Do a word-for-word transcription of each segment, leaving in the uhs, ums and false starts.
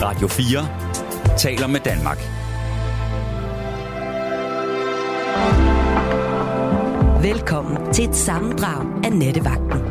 Radio fire taler med Danmark. Velkommen til et sammendrag af Nattevagten.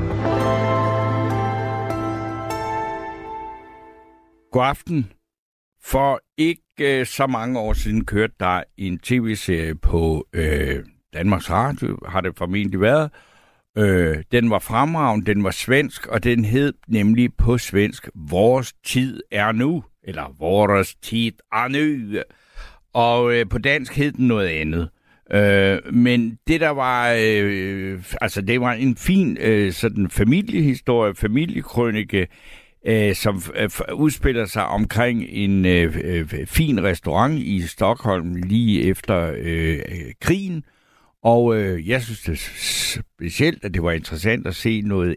God aften. For ikke øh, så mange år siden kørte der en tv-serie på øh, Danmarks Radio, har det formentlig været. Øh, den var fremragende, den var svensk, og den hed nemlig på svensk, Vores tid er nu, eller Vores tid er nu. Og øh, på dansk hed den noget andet. Øh, men det der var, øh, altså det var en fin øh, sådan familiehistorie, familiekrønike, øh, som øh, udspiller sig omkring en øh, øh, fin restaurant i Stockholm lige efter øh, krigen. Og øh, jeg synes det specielt, at det var interessant at se noget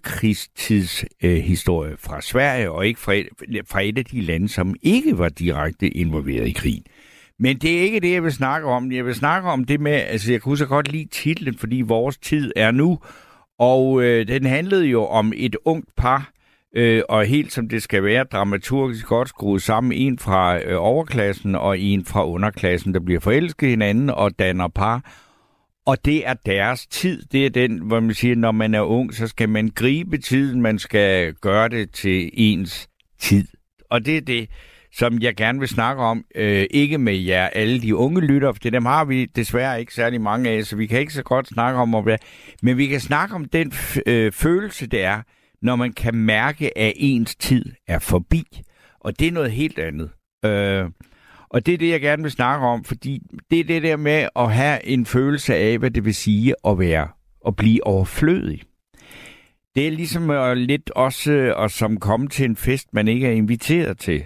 efterkrigstidshistorie øh, fra Sverige, og ikke fra et, fra et af de lande, som ikke var direkte involveret i krigen. Men det er ikke det, jeg vil snakke om. Jeg vil snakke om det med, altså jeg kunne så godt lide titlen, fordi Vores tid er nu. Og øh, den handlede jo om et ungt par, øh, og helt som det skal være, dramaturgisk godt skruet sammen. En fra øh, overklassen og en fra underklassen, der bliver forelsket hinanden og danner par. Og det er deres tid. Det er den, hvor man siger, når man er ung, så skal man gribe tiden. Man skal gøre det til ens tid. Og det er det, som jeg gerne vil snakke om. Øh, ikke med jer, alle de unge lyttere, for dem har vi desværre ikke særlig mange af, så vi kan ikke så godt snakke om, hvad. Men vi kan snakke om den øh, følelse, det er, når man kan mærke, at ens tid er forbi. Og det er noget helt andet. Øh, Og det er det, jeg gerne vil snakke om, fordi det er det der med at have en følelse af, hvad det vil sige at være, at blive overflødig. Det er ligesom at lidt også at som komme til en fest, man ikke er inviteret til.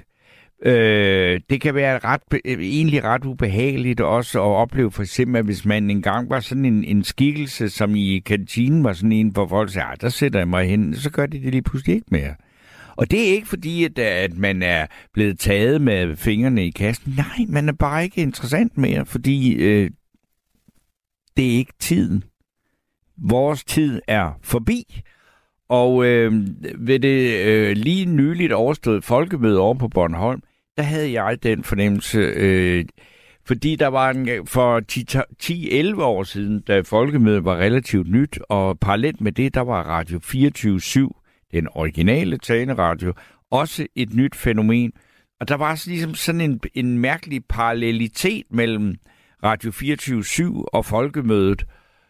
Øh, det kan være ret, egentlig ret ubehageligt også at opleve, for eksempel, at hvis man engang var sådan en, en skikkelse, som i kantinen var sådan en, hvor folk sagde, der sætter jeg mig hen, så gør de det lige pludselig ikke mere. Og det er ikke fordi, at, at man er blevet taget med fingrene i kassen. Nej, man er bare ikke interessant mere, fordi øh, det er ikke tiden. Vores tid er forbi. Og øh, ved det øh, lige nyligt overstået folkemøde over på Bornholm, der havde jeg den fornemmelse, øh, fordi der var en, for ti til elleve år siden, da folkemødet var relativt nyt, og parallelt med det, der var Radio fireogtyve syv, den originale taleradio, også et nyt fænomen. Og der var ligesom sådan en, en mærkelig parallelitet mellem Radio fireogtyve syv og folkemødet,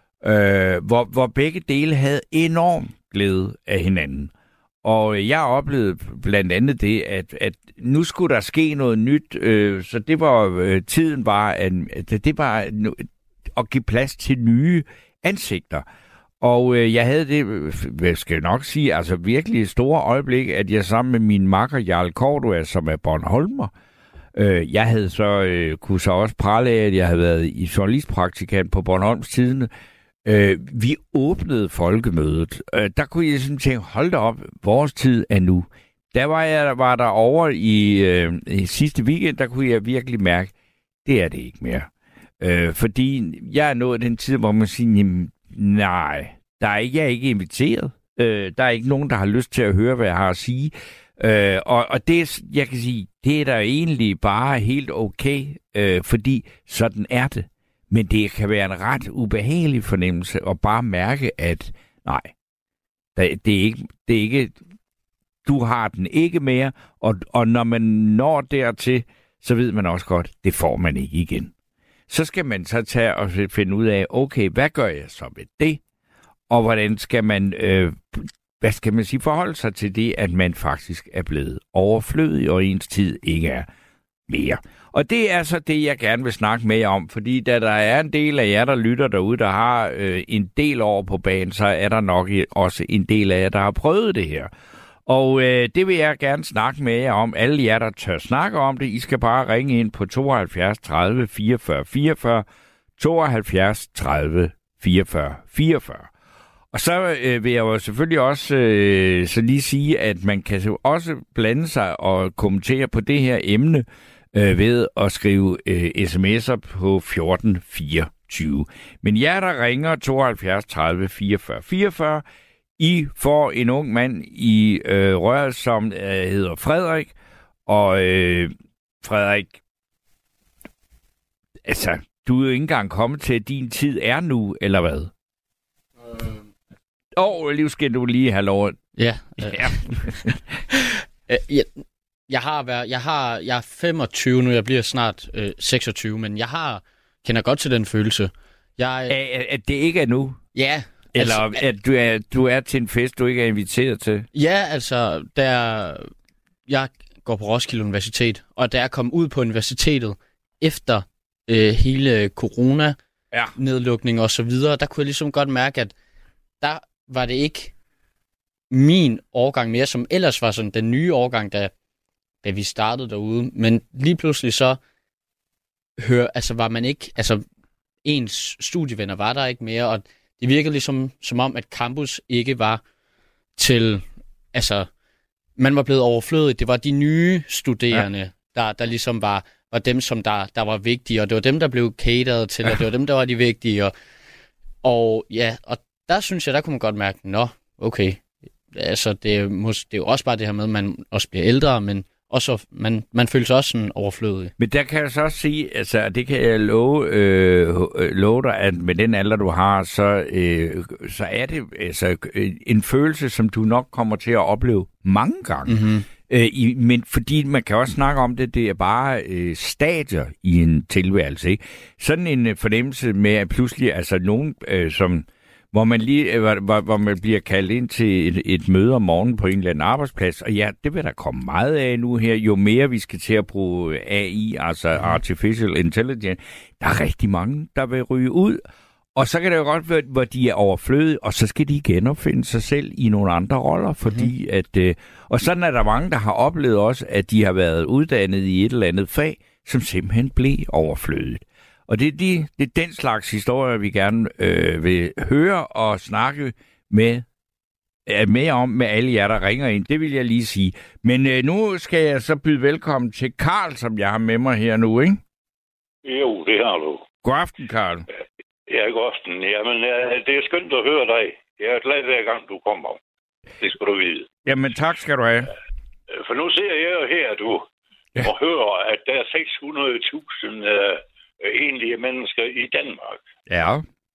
øh, hvor, hvor begge dele havde enorm glæde af hinanden. Og jeg oplevede blandt andet det, at, at nu skulle der ske noget nyt, øh, så det var øh, tiden var, at, det var at give plads til nye ansigter. Og øh, jeg havde det, jeg skal nok sige, altså virkelig store øjeblik, at jeg sammen med min makker Jarl Cordua, som er Bornholmer, øh, jeg havde så, øh, kunne så også prale af, at jeg havde været i journalistpraktikant på Bornholms Tidende. Øh, vi åbnede folkemødet. Øh, der kunne jeg sådan tænke, hold da op, vores tid er nu. Der var jeg var der over i, øh, i sidste weekend, der kunne jeg virkelig mærke, det er det ikke mere. Øh, fordi jeg er nået den tid, hvor man siger, jamen, nej, der er ikke, jeg er ikke inviteret. Øh, der er ikke nogen, der har lyst til at høre, hvad jeg har at sige. Øh, og, og det, jeg kan sige, det er der egentlig bare helt okay, øh, fordi sådan er det. Men det kan være en ret ubehagelig fornemmelse at bare mærke, at nej, det er ikke, det er ikke, du har den ikke mere, og, og når man når dertil, så ved man også godt, det får man ikke igen. Så skal man så tage og finde ud af, okay, hvad gør jeg så med det? Og hvordan skal man, øh, hvad skal man sige, forholde sig til det, at man faktisk er blevet overflødig, og ens tid ikke er mere. Og det er så det, jeg gerne vil snakke med jer om, fordi da der er en del af jer, der lytter derude, der har øh, en del år på banen, så er der nok også en del af jer, der har prøvet det her. Og øh, det vil jeg gerne snakke med jer om. Alle jer, der tør snakke om det, I skal bare ringe ind på tooghalvfjerds tredive fireogfyrre fireogfyrre, tooghalvfjerds tredive fireogfyrre fireogfyrre. Og så øh, vil jeg jo selvfølgelig også øh, så lige sige, at man kan jo også blande sig og kommentere på det her emne øh, ved at skrive øh, sms'er på fjorten fireogtyve. Men jer, der ringer tooghalvfjerds tredive fireogfyrre fireogfyrre, I får en ung mand i øh, røret, som øh, hedder Frederik, Og øh, Frederik, altså, du er jo ikke engang kommet til, at din tid er nu, eller hvad? Åh, øh... oh, lige skal du lige have lov. Ja. Øh. ja. jeg, jeg har været, jeg har, jeg er femogtyve nu, jeg bliver snart øh, seksogtyve, men jeg har kender godt til den følelse. Jeg, at, at det ikke er nu? Ja. Eller altså, at du er, du er til en fest, du ikke er inviteret til? Ja, altså, der, jeg går på Roskilde Universitet, og da jeg kom ud på universitetet efter øh, hele corona-nedlukning og så videre, der kunne jeg ligesom godt mærke, at der var det ikke min årgang mere, som ellers var sådan den nye årgang, da, da vi startede derude. Men lige pludselig så hør, altså var man ikke, altså ens studievenner var der ikke mere, og det virkede ligesom som om, at campus ikke var til, altså man var blevet overflødig. Det var de nye studerende, ja. der, der ligesom var, var dem, som der, der var vigtige, og det var dem, der blev cateret til, ja. og det var dem, der var de vigtige. Og, og ja, og der synes jeg, der kunne man godt mærke, nå, okay, altså det er, mås- det er jo også bare det her med, at man også bliver ældre, men også, man, man føler sig også sådan overflødig. Men der kan jeg så også sige, altså det kan jeg love, øh, love dig, at med den alder, du har, så, øh, så er det altså, en følelse, som du nok kommer til at opleve mange gange. Mm-hmm. Øh, i, men fordi man kan også snakke om det, det er bare øh, stadier i en tilværelse. Ikke? Sådan en øh, fornemmelse med, at pludselig, altså nogen, øh, som... Hvor man, lige, hvor, hvor man bliver kaldt ind til et, et møde om morgenen på en eller anden arbejdsplads. Og ja, det vil der komme meget af nu her. Jo mere vi skal til at bruge A I, altså Artificial Intelligence, der er rigtig mange, der vil ryge ud. Og så kan det jo godt være, hvor de er overflødige, og så skal de genopfinde sig selv i nogle andre roller. Fordi mm. at, øh, og sådan er der mange, der har oplevet også, at de har været uddannet i et eller andet fag, som simpelthen blev overflødigt. Og det er, de, det er den slags historier, vi gerne øh, vil høre og snakke med, øh, mere om med alle jer, der ringer ind. Det vil jeg lige sige. Men øh, nu skal jeg så byde velkommen til Karl, som jeg har med mig her nu, ikke? Jo, det har du. God aften, Karl. Ja, god aften. Jamen, det er skønt at høre dig. Jeg er glad hver gang, du kommer. Det skal du vide. Jamen, tak skal du have. For nu ser jeg jo her, du, ja. og hører, at der er seks hundrede tusind... Øh, egentlige mennesker i Danmark. Ja.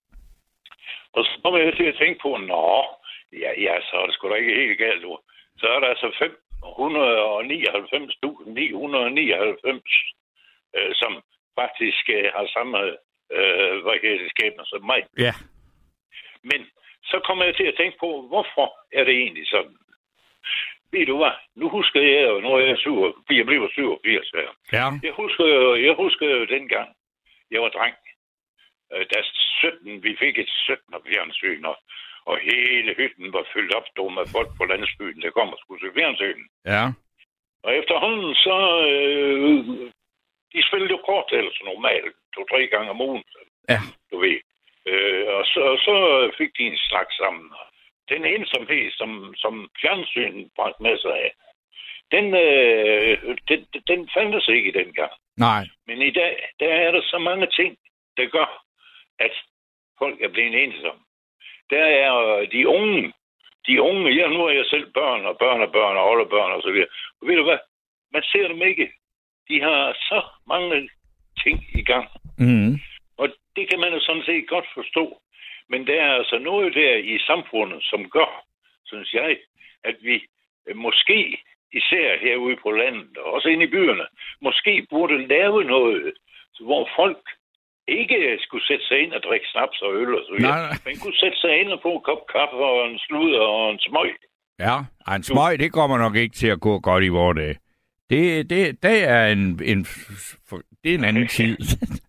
Og så kommer jeg til at tænke på, nå, ja, ja, så er det sgu da ikke helt galt, du. Så er der altså fem hundrede og nioghalvfems tusind ni hundrede og nioghalvfems, øh, som faktisk øh, har samme øh, hvad hedder det, skæbner som mig. Ja. Men så kommer jeg til at tænke på, hvorfor er det egentlig sådan? Ved du hvad? Nu husker jeg jo, nu er jeg syv, jeg bliver syvogfirs her. Ja. Jeg husker jo, jeg husker jo dengang, jeg var dreng. Da sytten, vi fik et syttende fjernsyn, og, og hele hytten var fyldt op dog med folk på landsbyen, der kom og skulle se fjernsyn. Ja. Og efterhånden så, øh, de spillede jo kort ellers normalt, to-tre gange om ugen, ja. Du ved. Øh, og, så, og så fik de en slags sammen. Den ensomhed, som, som fjernsynet bragte med sig af, den, øh, den, den fandtes ikke dengang. Nej. Men i dag, der er der så mange ting, der gør, at folk er blevet ensomme. Der er de unge, de unge, ja, nu er jeg selv børn og børn og børn og oldebørn og så videre. Og ved du hvad? Man ser dem ikke. De har så mange ting i gang. Mm. Og det kan man jo sådan set godt forstå. Men der er altså noget der i samfundet, som gør, synes jeg, at vi måske, især herude på landet, og også inde i byerne, måske burde lave noget, hvor folk ikke skulle sætte sig ind og drikke snaps og øl og så videre, men kunne sætte sig ind og få en kop kaffe og en sludder og en smøg. Ja, og en smøg, det kommer nok ikke til at gå godt i vores dag. Det, det, det er en, en, det er en anden tid.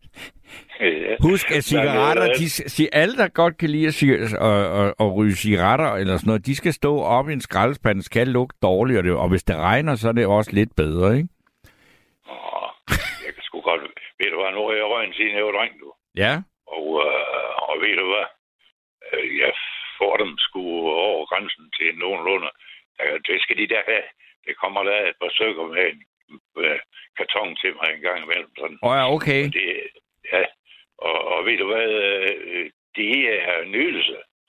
Ja. Husk, at cigaretter, de, alle der godt kan lide at, at, at, at ryge cigaretter eller sådan noget, de skal stå op i en skraldespand, skal lugte dårligt, og, det, og hvis det regner, så er det også lidt bedre, ikke? Åh, jeg kan sgu godt... Ved du hvad, nu har jeg røgnet siden jeg var dreng, du. Ja. Og, øh, og ved du hvad, jeg får dem sgu over grænsen til nogenlunde. Det skal de der have. Det kommer der et par stykker med en øh, karton til mig en gang imellem. Sådan. Åh oh, ja, okay. Og det, ja. Og, og ved du hvad, det er nydelse. Og når man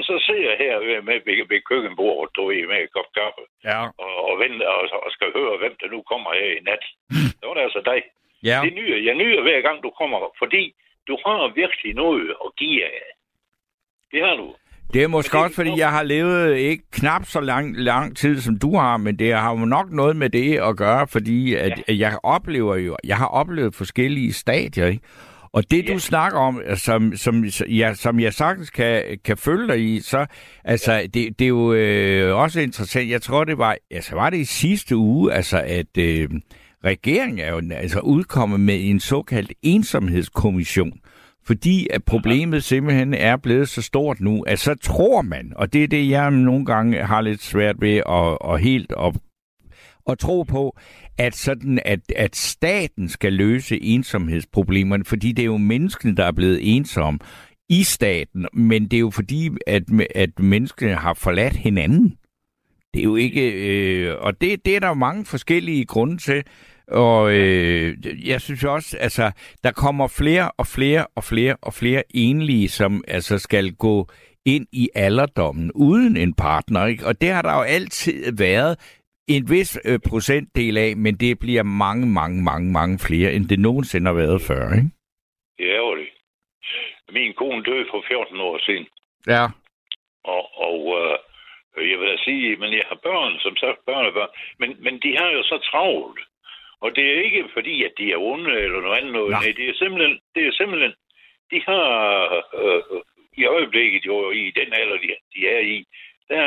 så sidder her ved, med, ved, ved køkkenbordet, du ved, med et kop kaffe, ja. og, og venter og, og skal høre, hvem der nu kommer her i nat. Så var det altså dig. Ja. Det nyder, jeg nyder hver gang, du kommer, fordi du har virkelig noget at give af. Det har du. Det er måske det, også, fordi jeg har levet ikke knap så lang, lang tid, som du har, men det har jo nok noget med det at gøre, fordi at ja. jeg oplever jo, jeg har oplevet forskellige stadier, ikke? Og det, ja. du snakker om, som, som, ja, som jeg sagtens kan, kan følge dig i, så altså, ja. det, det er jo øh, også interessant. Jeg tror, det var, altså, var det i sidste uge, altså, at øh, regeringen er jo altså, udkommet med en såkaldt ensomhedskommission. Fordi at problemet simpelthen er blevet så stort nu, at så tror man, og det er det, jeg nogle gange har lidt svært ved at, at helt at, at tro på, at sådan at, at staten skal løse ensomhedsproblemerne, fordi det er jo menneskene, der er blevet ensomme i staten, men det er jo fordi, at, at menneskene har forladt hinanden. Det er jo ikke, øh, og det, det er der jo mange forskellige grunde til. Og øh, jeg synes også, altså, der kommer flere og flere og flere og flere enlige, som altså skal gå ind i alderdommen uden en partner, ikke? Og det har der jo altid været en vis øh, procentdel af, men det bliver mange, mange, mange, mange flere, end det nogensinde har været før, ikke? Det er ærgerligt. Min kone døde for fjorten år siden. Ja. Og, og øh, jeg vil da sige, men jeg har børn, som sagt børnebørn, men, men de har jo så travlt. Og det er ikke fordi, at de er onde eller noget andet. Noget. Nej, det er simpelthen, det er simpelthen de har øh, i øjeblikket jo i den alder, de, de er i, der,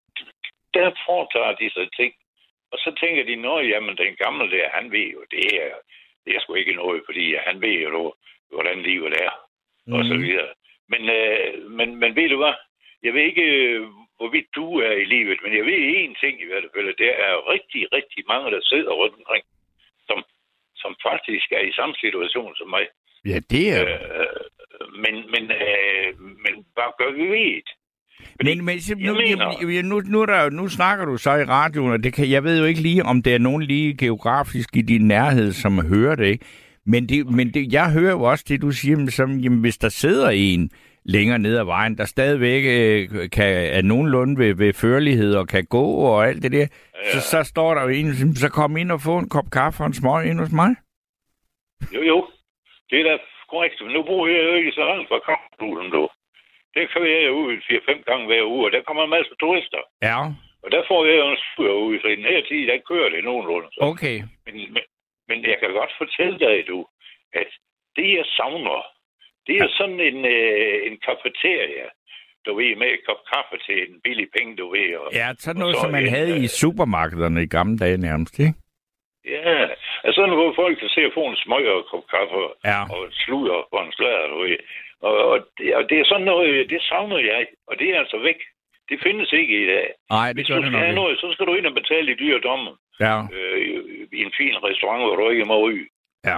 der foretager de sig ting. Og så tænker de, nå, jamen den gamle der, han ved jo, det er, det er sgu ikke noget, fordi han ved jo, hvordan livet er, mm. og så videre. Men, øh, men, men ved du hvad? Jeg ved ikke, hvorvidt du er i livet, men jeg ved én ting i hvert fald, der er rigtig, rigtig mange, der sidder rundt omkring, som, som faktisk er i samme situation som mig. Ja, det er øh, men, men, øh, men hvad gør vi ved det? Men, men nu, mener... nu, nu, der, nu snakker du så i radioen, og det kan, jeg ved jo ikke lige, om der er nogen lige geografisk i din nærhed, som hører det, ikke? Men, det, men det, jeg hører jo også det, du siger, som, jamen, hvis der sidder en længere ned ad vejen, der stadigvæk øh, kan, er nogenlunde ved, ved førlighed og kan gå og alt det der, ja. så, så står der jo en, så kom ind og få en kop kaffe og en smøg ind hos mig. Jo, jo. Det er da korrekt. Nu bor jeg jo ikke så langt fra Kamphulen, du. Det kører jeg ud fire fem gange hver uge, og der kommer en masse turister. Ja. Og der får jeg jo en tur ud, så i den her tid, der kører det nogenlunde. Så. Okay. Men, men, men jeg kan godt fortælle dig, du, at det, jeg savner, det er ja. sådan en, øh, en kafeteria, du ved, med et kop kaffe til en billig penge, du ved. Og, ja, sådan noget, så som man en, havde i supermarkederne i gamle dage nærmest, ikke? Ja, altså sådan, hvor folk kan se at få en smøg og en kop kaffe ja. og et sludder på en slader, du ved. Og, og, det, og det er sådan noget, det savner jeg, og det er altså væk. Det findes ikke i dag. Nej, det Hvis gør du det skal nok have noget, så skal du ind og betale i dyre domme. Ja. Øh, i, I en fin restaurant, hvor du ikke må ryge. Ja.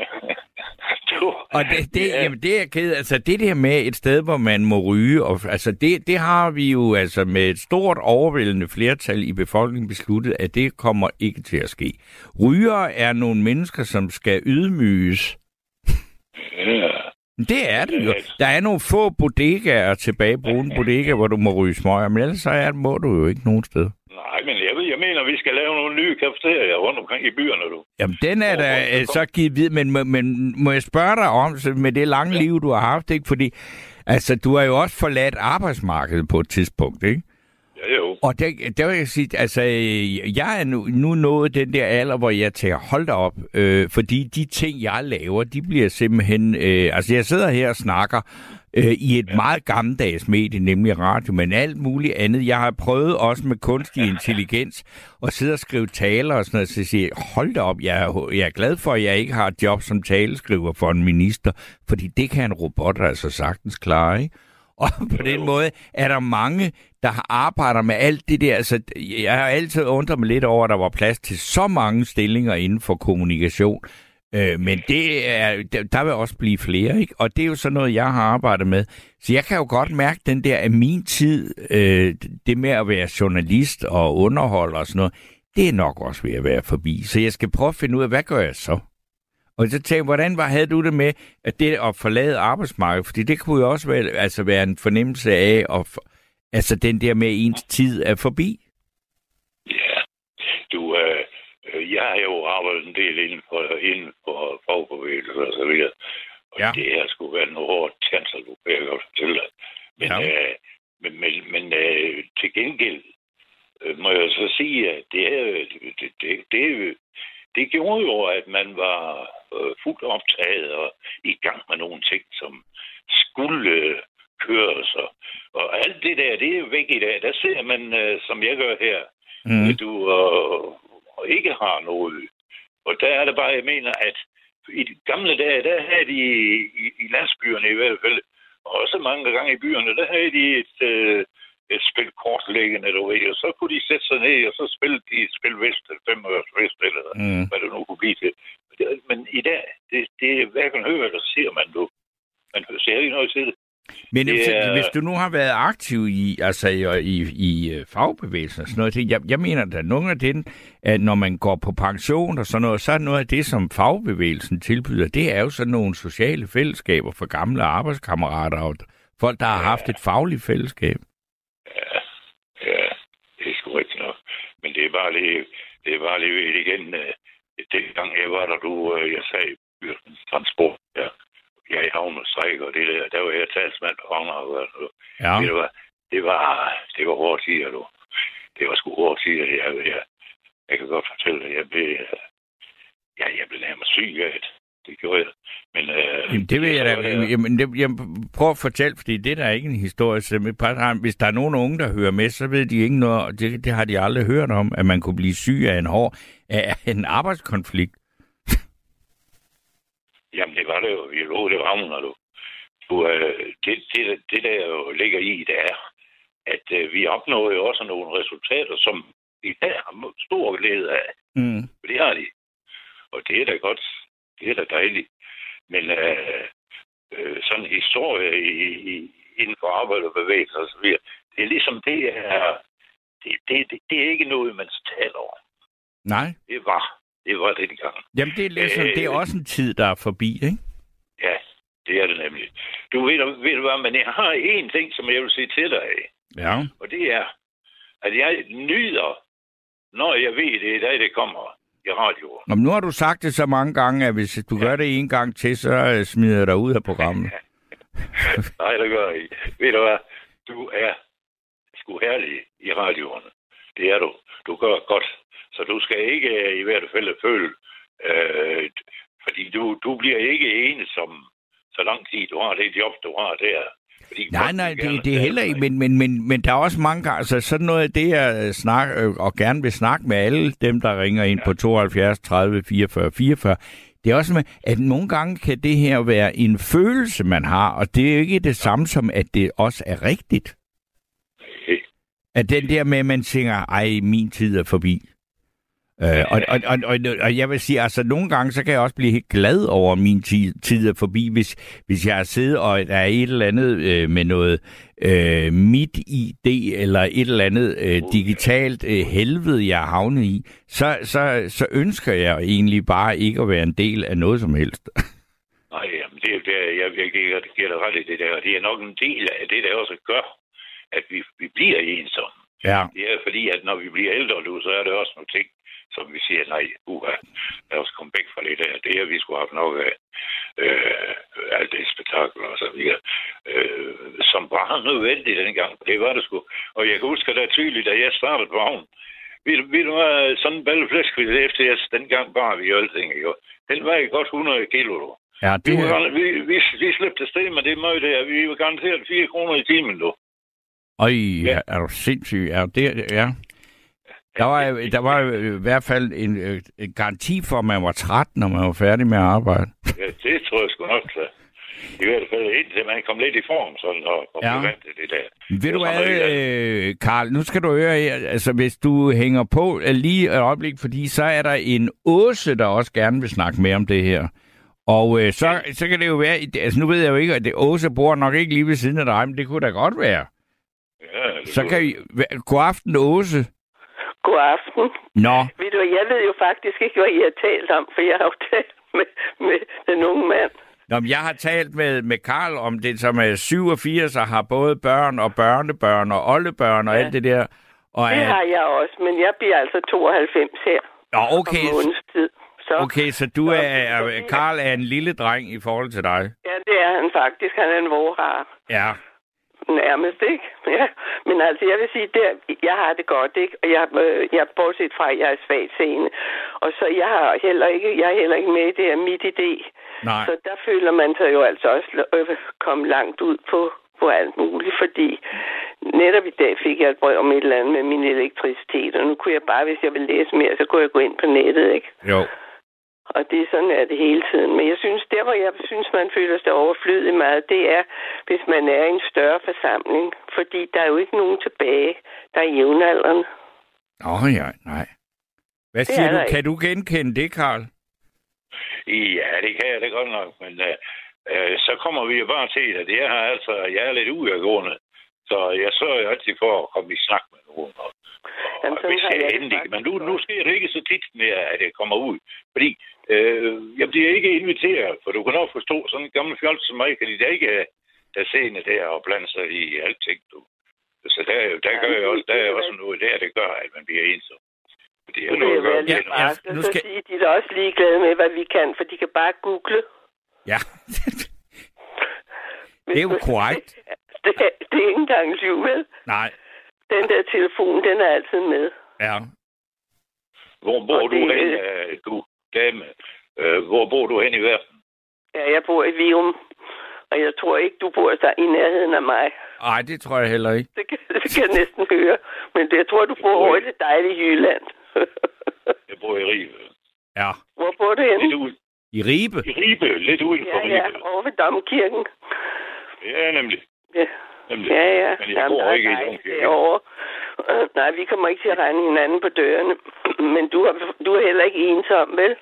du, og det, det, ja. jamen, det er ked. Altså, det der med et sted, hvor man må ryge, og, altså, det, det har vi jo altså med et stort overvældende flertal i befolkningen besluttet, at det kommer ikke til at ske. Rygere er nogle mennesker, som skal ydmyges. Ja. Det er det jo. Der er nogle få bodegaer tilbage, brune bodegaer, hvor du må ryge smøger, men ellers så er, må du jo ikke nogen sted. Nej, men jeg, ved, jeg mener, at vi skal lave nogle nye kafeterier rundt omkring i byerne, du. Jamen, den er da så givet vid, men, men må jeg spørge dig om, så med det lange ja. liv, du har haft, ikke? Fordi, altså, du har jo også forladt arbejdsmarkedet på et tidspunkt, ikke? Ja, jo. Og der, der vil jeg sige, altså, jeg er nu, nu nået den der alder, hvor jeg tager hold da op, øh, fordi de ting, jeg laver, de bliver simpelthen, øh, altså, jeg sidder her og snakker øh, i et ja. meget gammeldags medie, nemlig radio, men alt muligt andet. Jeg har prøvet også med kunstig intelligens at sidde og skrive taler og sådan noget, så jeg siger, hold da op, jeg er, jeg er glad for, at jeg ikke har et job som taleskriver for en minister, fordi det kan en robot altså sagtens klare, ikke? Og på den måde er der mange, der arbejder med alt det der. Altså, jeg har altid undret mig lidt over, at der var plads til så mange stillinger inden for kommunikation. Øh, men det er, der vil også blive flere, ikke? Og det er jo sådan noget, jeg har arbejdet med. Så jeg kan jo godt mærke den der af min tid, øh, det med at være journalist og underholder og sådan noget, det er nok også ved at være forbi. Så jeg skal prøve at finde ud af, hvad gør jeg så? Og så tænkte jeg, hvordan var, havde du det med, at det at forlade arbejdsmarkedet? Fordi det kunne jo også være, altså være en fornemmelse af, at, Altså den der med, ens tid er forbi? Ja, du, øh, jeg har jo arbejdet en del inden for, inden for fagbevægelser og så videre. Og ja. Det her skulle være noget hårdt tjanser, du kan jeg godt fortælle dig. Men, ja. øh, men, men, men øh, til gengæld øh, må jeg så sige, at det, er, det, det, det, det gjorde jo, at man var øh, fuldt optaget og i gang med nogle ting, som skulle øh, køres. Og, og alt det der, det er jo væk i dag. Der ser man, øh, som jeg gør her, mm. at du øh, ikke har noget. Og der er det bare, jeg mener, at i de gamle dage, der havde de i, i landsbyerne i hvert fald, og også mange gange i byerne, der havde de et, øh, et spil kortlæggende, du ved, og så kunne de sætte sig ned, og så spille de et spil vest, fem øres vest, eller mm. hvad det nu kunne blive til. Men i dag, det, det er hverken hører eller ser man du. Man ser ikke noget til det. Men det er... hvis du nu har været aktiv i, altså i, i, i fagbevægelsen og sådan noget, jeg, jeg mener, at nogle af den, at når man går på pension og sådan noget, så er noget af det, som fagbevægelsen tilbyder, det er jo sådan nogle sociale fællesskaber for gamle arbejdskammerater og folk, der har ja. haft et fagligt fællesskab. Ja, ja, det er sgu rigtigt nok. Men det er bare lige, det er bare lige igen, det gang jeg var der, du, jeg sagde, transport, ja. Jeg er i havn og stræk, og det der, der var jeg talsmand på havner. Ja. Det var, det var, det var hårde tider, du. Det var sgu hårde tider. Jeg, jeg, jeg kan godt fortælle dig, jeg blev, ja, jeg blev nærmest syg af det. Det gjorde jeg. Men, øh, jamen, det vil jeg da. Jamen, det, jeg prøv at fortælle, fordi det der er ikke en historie. Hvis der er nogen unge, der hører med, så ved de ikke noget. Det, det har de aldrig hørt om, at man kunne blive syg af en hård, af en arbejdskonflikt. Jamen, det var det jo. Vi lå det rammer, du. du øh, det, det, det, der jo ligger i, det er, at øh, vi opnår jo også nogle resultater, som i dag har stor glæde af. Mm. For det har de. Og det er da godt. Det er da dejligt. Men øh, øh, sådan en historie i, i, inden for arbejde og bevægelse og så videre, det er ligesom, det er, det, det, det, det er ikke noget, man taler om. Nej. Det var. Det var det i gang. Jamen, det er, ligesom, øh, det er også en tid, der er forbi, ikke? Ja, det er det nemlig. Du ved, ved du hvad, men jeg har én ting, som jeg vil sige til dig af. Ja. Og det er, at jeg nyder, når jeg ved, det er dag, det kommer i radioen. Nå, nu har du sagt det så mange gange, at hvis du ja. gør det en gang til, så smider jeg dig ud af programmet. Nej, det gør jeg ikke. Ved du hvad, du er sgu herlig i radioen. Det er du. Du gør godt. Så du skal ikke i hvert fald føle, øh, fordi du, du bliver ikke ensom så lang tid, du har det job, du har der. Fordi nej, nej, det, det er heller ikke, men, men, men, men der er også mange gange, altså sådan noget af det, jeg snakker, og gerne vil snakke med alle dem, der ringer ind ja. på tooghalvfjerds tredive fireogfyrre fireogfyrre, det er også med, at nogle gange kan det her være en følelse, man har, og det er jo ikke det samme som, at det også er rigtigt. Okay. At den der med, at man tænker, ej, min tid er forbi. Øh, og, og, og, og, og jeg vil sige, altså nogle gange, så kan jeg også blive helt glad over, min tid, tid er forbi, hvis, hvis jeg har siddet, og der er et eller andet øh, med noget øh, mit I D, eller et eller andet øh, digitalt øh, helvede, jeg har havnet i, så, så, så ønsker jeg egentlig bare ikke at være en del af noget som helst. Nej, jamen det, det, jeg, jeg, jeg giver dig ret i det der. Det er nok en del af det, der også gør, at vi, vi bliver ensomme. Ja. Det er fordi, at når vi bliver ældre, så er det også nogle ting, som vi siger, nej, uha, lad os komme væk fra det der. Det er, vi skulle have nok af øh, alt det spektakler og så videre, øh, som var nødvendigt dengang. Det var det sgu. Og jeg kan huske, at det er tydeligt, da jeg startede på havnen. Ved du hvad, sådan en balleflæsk, efter jeg dengang bare vi alting, ikke? Den var i godt hundrede kilo. Ja, det vi, var, vi, vi, vi slæbte afsted med det møde der. Vi var garanteret fire kroner i timen, du. Øj, ja. Er du sindssyg? Er det, ja. Der var, der var i hvert fald en, en garanti for, at man var træt, når man var færdig med at arbejde. Ja, det tror jeg sgu nok, så. I hvert fald indtil man kom lidt i form, sådan, og, og ja. Vant til det der. Ved du hvad, øh, Karl, nu skal du høre, altså hvis du hænger på lige et øjeblik, fordi så er der en Åse, der også gerne vil snakke mere om det her. Og øh, så, så kan det jo være, altså nu ved jeg jo ikke, at det, Åse bor nok ikke lige ved siden af dig, men det kunne da godt være. Ja, så kan I, god aften, Åse. God aften. Nå. Ved du, jeg ved jo faktisk ikke, hvad I har talt om, for jeg har jo talt med, med den unge mand. Nå, men jeg har talt med, med Karl om det, som er syvogfirs og har både børn og børnebørn og oldebørn og ja. alt det der. Og det at... har jeg også, men jeg bliver altså tooghalvfems her. Nå, okay. Om måneds tid. Så, okay, så du er, er, Karl er en lille dreng i forhold til dig? Ja, det er han faktisk. Han er en vorhar. Ja. Nærmest, ikke? Ja. Men altså, jeg vil sige, der, jeg har det godt, ikke? Og jeg, øh, jeg bortset fra, at jeg er svagt seende. Og så jeg har heller ikke, jeg er heller ikke med i det her mit idé. Nej. Så der føler man sig jo altså også øh, komme langt ud på, på alt muligt, fordi netop i dag fik jeg et brev om et eller andet med min elektricitet, og nu kunne jeg bare, hvis jeg ville læse mere, så kunne jeg gå ind på nettet, ikke? Jo. Og det er sådan, er det hele tiden. Men jeg synes, der hvor jeg synes, man føler sig overflødig meget, det er, hvis man er i en større forsamling. Fordi der er jo ikke nogen tilbage, der er jævnaldrende. Åh oh, ja, nej. Hvad det siger du? Kan du genkende det, Karl? Ja, det kan jeg det godt nok. Men uh, uh, så kommer vi jo bare til, at jeg har altså, jeg er lidt udadgående. Så jeg sørger jo altid for at komme i snak med nogen. Og, Jamen, og hvis jeg jeg endelig, men nu, nu sker det ikke så tit mere, at jeg kommer ud. Fordi øh, jeg bliver ikke inviteret, for du kan nok forstå, sådan en gammel fjold som mig, kan de da ikke der scene der og blande sig i alting. Du. Så der, der ja, gør jeg også, der er også noget der, det gør, at man bliver ensom. Det er noget at gøre. Ja, ja, nu skal... sige, de er da også ligeglade med, hvad vi kan, for de kan bare google. Ja. Det er jo korrekt. Det, det er ikke engang liv, vel? Nej. Den der telefon, den er altid med. Ja. Hvor bor du det... hen, uh, du dame? Uh, hvor bor du hen i verden? Ja, jeg bor i Virum. Og jeg tror ikke, du bor der i nærheden af mig. Nej, det tror jeg heller ikke. Det kan, det kan jeg næsten høre. Men det, jeg tror, du bor over i det dejlige Jylland. Jeg bor i Ribe. Ja. Hvor bor du henne? Lidt ud. I Ribe? I Ribe, lidt uden for ja, Ribe. Ja, over ved Domkirken. Ja, nemlig. Ja. Nemlig. Ja, ja. Men jeg Jamen, bor ikke i Domkirken. Uh, nej, vi kommer ikke til at regne hinanden på dørene. Men du er, du er heller ikke ensom, vel?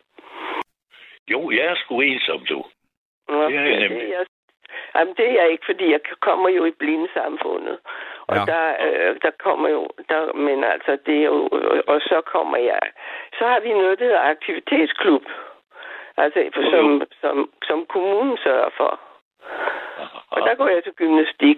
Jo, jeg er sgu ensom, du. Nå, det er jeg nemlig. Det er jeg, jamen, det er jeg ikke, fordi jeg kommer jo i blindesamfundet. Og ja. der, øh, der kommer jo... Der, men altså, det er jo... Og så kommer jeg... Så har vi noget, der hedder aktivitetsklub. Altså, for, som, som, som kommunen sørger for. Og der går jeg til gymnastik.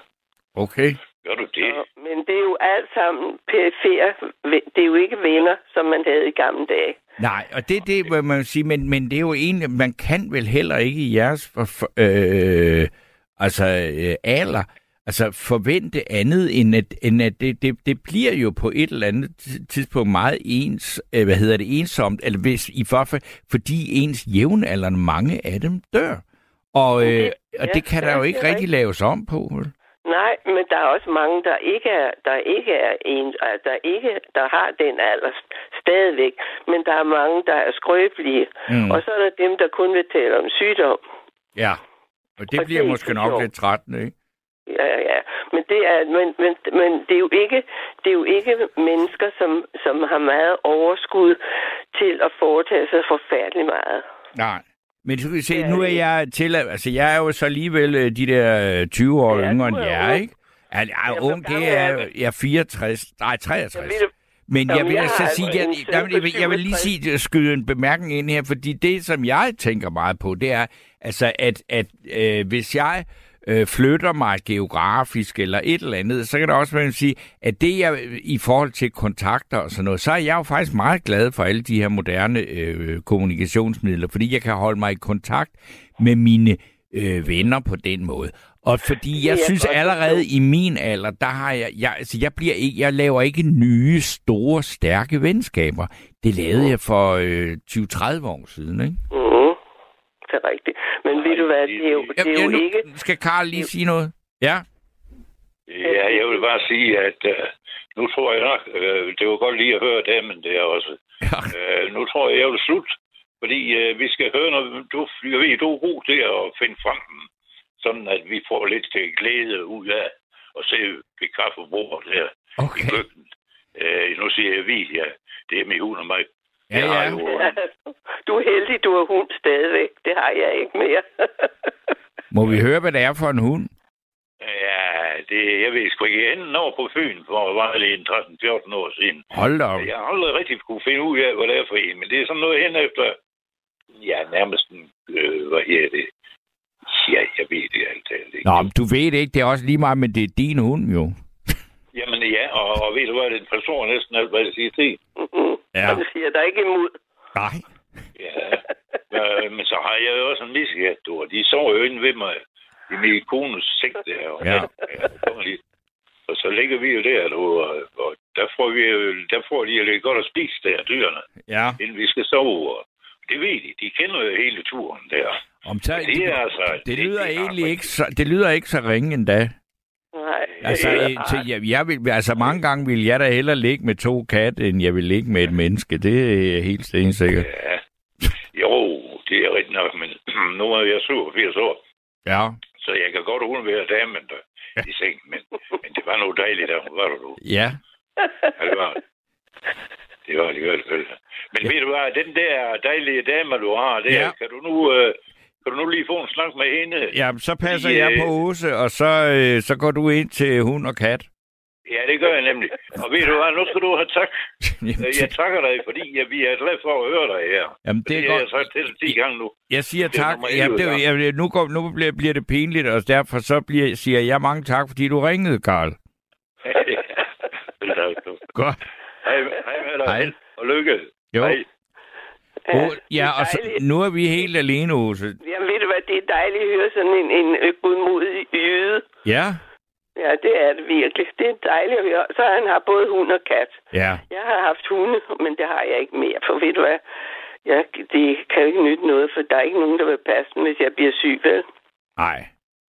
Okay. Gør du det? Og, men det er jo alt sammen perifere. Det er jo ikke venner, som man havde i gamle dage. Nej, og det er det, hvad man sige, men, men det er jo egentlig, man kan vel heller ikke i jeres for, for, øh, altså, øh, alder altså forvente andet, end at, end at det, det, det bliver jo på et eller andet tidspunkt meget ens, øh, hvad hedder det, ensomt, eller hvis i forfald, fordi ens jævnaldrende, mange af dem dør. Og, øh, det, og det kan ja, der jo ikke rigtig ikke. laves om på, vel? Nej, men der er også mange, der ikke er, der ikke er en, der ikke, der har den alder stadigvæk, men der er mange, der er skrøbelige. Mm. Og så er der dem, der kun vil tale om sygdom. Ja, og det og bliver det måske nok sjov. lidt trættende, ikke? Ja, ja, ja. Men det er, men, men, men det er jo ikke, det er jo ikke mennesker, som, som har meget overskud til at foretage sig forfærdeligt meget. Nej. Men du kan se, nu er jeg til, altså jeg er jo så alligevel de der tyve år ja, yngre end jer, ikke? Jeg er ung, det er, jeg er fireogtres, nej treogtres. Men jeg vil så sige, jeg, jeg, jeg, vil, jeg vil lige sige, skyde en bemærkning ind her, fordi det, som jeg tænker meget på, det er, altså at, at øh, hvis jeg øh, flytter mig geografisk eller et eller andet, så kan det også være at sige, at det jeg i forhold til kontakter og sådan noget, så er jeg jo faktisk meget glad for alle de her moderne øh, kommunikationsmidler, fordi jeg kan holde mig i kontakt med mine øh, venner på den måde. Og fordi jeg synes allerede i min alder, der har jeg, jeg altså jeg bliver ikke, jeg laver ikke nye, store, stærke venskaber. Det lavede jeg for øh, tyve til tredive år siden, ikke? Mm, det er rigtigt. Men ved du hvad, det er jo, det er jo ja, nu, ikke... Skal Karl lige sige noget? Ja? Ja, jeg vil bare sige, at uh, nu tror jeg nok, uh, det var godt lige at høre det, men det er også... Ja. Uh, nu tror jeg, jeg vil slutte, fordi uh, vi skal høre, når du, jeg ved, du er god til at finde frem, sådan at vi får lidt til glæde ud af at se ved kaffebordet der okay. i køkkenet. Uh, nu siger jeg vi, ja, det er min hund og mig. Ja, ja. Jo, du er heldig, du har hund stadigvæk. Det har jeg ikke mere. Må vi høre, hvad det er for en hund? Ja, det, jeg ved sgu ikke. Enden over på Fyn, for var det en tretten til fjorten år siden. Hold da op. Jeg har aldrig rigtig kunne finde ud af, hvad det er for en, men det er sådan noget hen efter ja, nærmest en, øh, hvad her det? Ja, jeg ved det alt ikke. Nå, men du ved det ikke. Det er også lige meget, men det er din hund jo. Jamen ja, og, og ved du hvad, den forstår næsten alt, hvad jeg siger til. Mm-hmm. Ja. Og det siger der ikke imod. Nej. Ja, men, men så har jeg jo også en miskat, du, og de sover jo inde ved mig i min kones seng der. Og, ja. Ja, og så ligger vi jo der, du, og, og der får vi der får de jo lidt godt at spise der, dyrene, ja. Inden vi skal sove. Og det ved de. De kender jo hele turen der. Om tager, det, er altså, det, det, det lyder det, egentlig ikke så, det lyder ikke så ringe endda. Nej. Altså, til, jeg, jeg vil, altså mange gange vil jeg da hellere ligge med to katte, end jeg vil ligge med et menneske. Det er helt stensikkert. Ja. Jo, det er rigtigt nok, men nu er jeg syvogfirs år. Ja. Så jeg kan godt undvære damen der ja. I sengen, men, men det var noget dejligt, der var du. Ja. Ja, det var det. var det, var det. Men ja. Ved du hvad, den der dejlige dame, du har der, ja. kan du nu... Øh, Kan du nu lige få en snak med hende? Ja, så passer I, jeg på Åse, og så, øh, så går du ind til hund og kat. Ja, det gør jeg nemlig. Og ved du hvad, nu skal du have tak. Jeg takker dig, fordi jeg, vi er glad for at høre dig her. Jamen, det er godt. Jeg har sagt til dig ti gange nu. Jeg siger det tak. Ja, det, jeg, nu går, nu bliver, bliver det pinligt, og derfor så bliver, siger jeg mange tak, fordi du ringede, Karl. Godt. Hej, hej med dig. Hej. Og lykke. Jo. Hej. Ja, oh, ja og så, nu er vi helt alene, Åse. Ja, ved du hvad, det er dejligt at høre sådan en, en godmodig jyde. Ja. Ja, det er det virkelig. Det er dejligt at høre. Så han har både hund og kat. Ja. Jeg har haft hunde, men det har jeg ikke mere. For ved du hvad, jeg, det kan jo ikke nytte noget, for der er ikke nogen, der vil passe den, hvis jeg bliver syg, vel? Nej.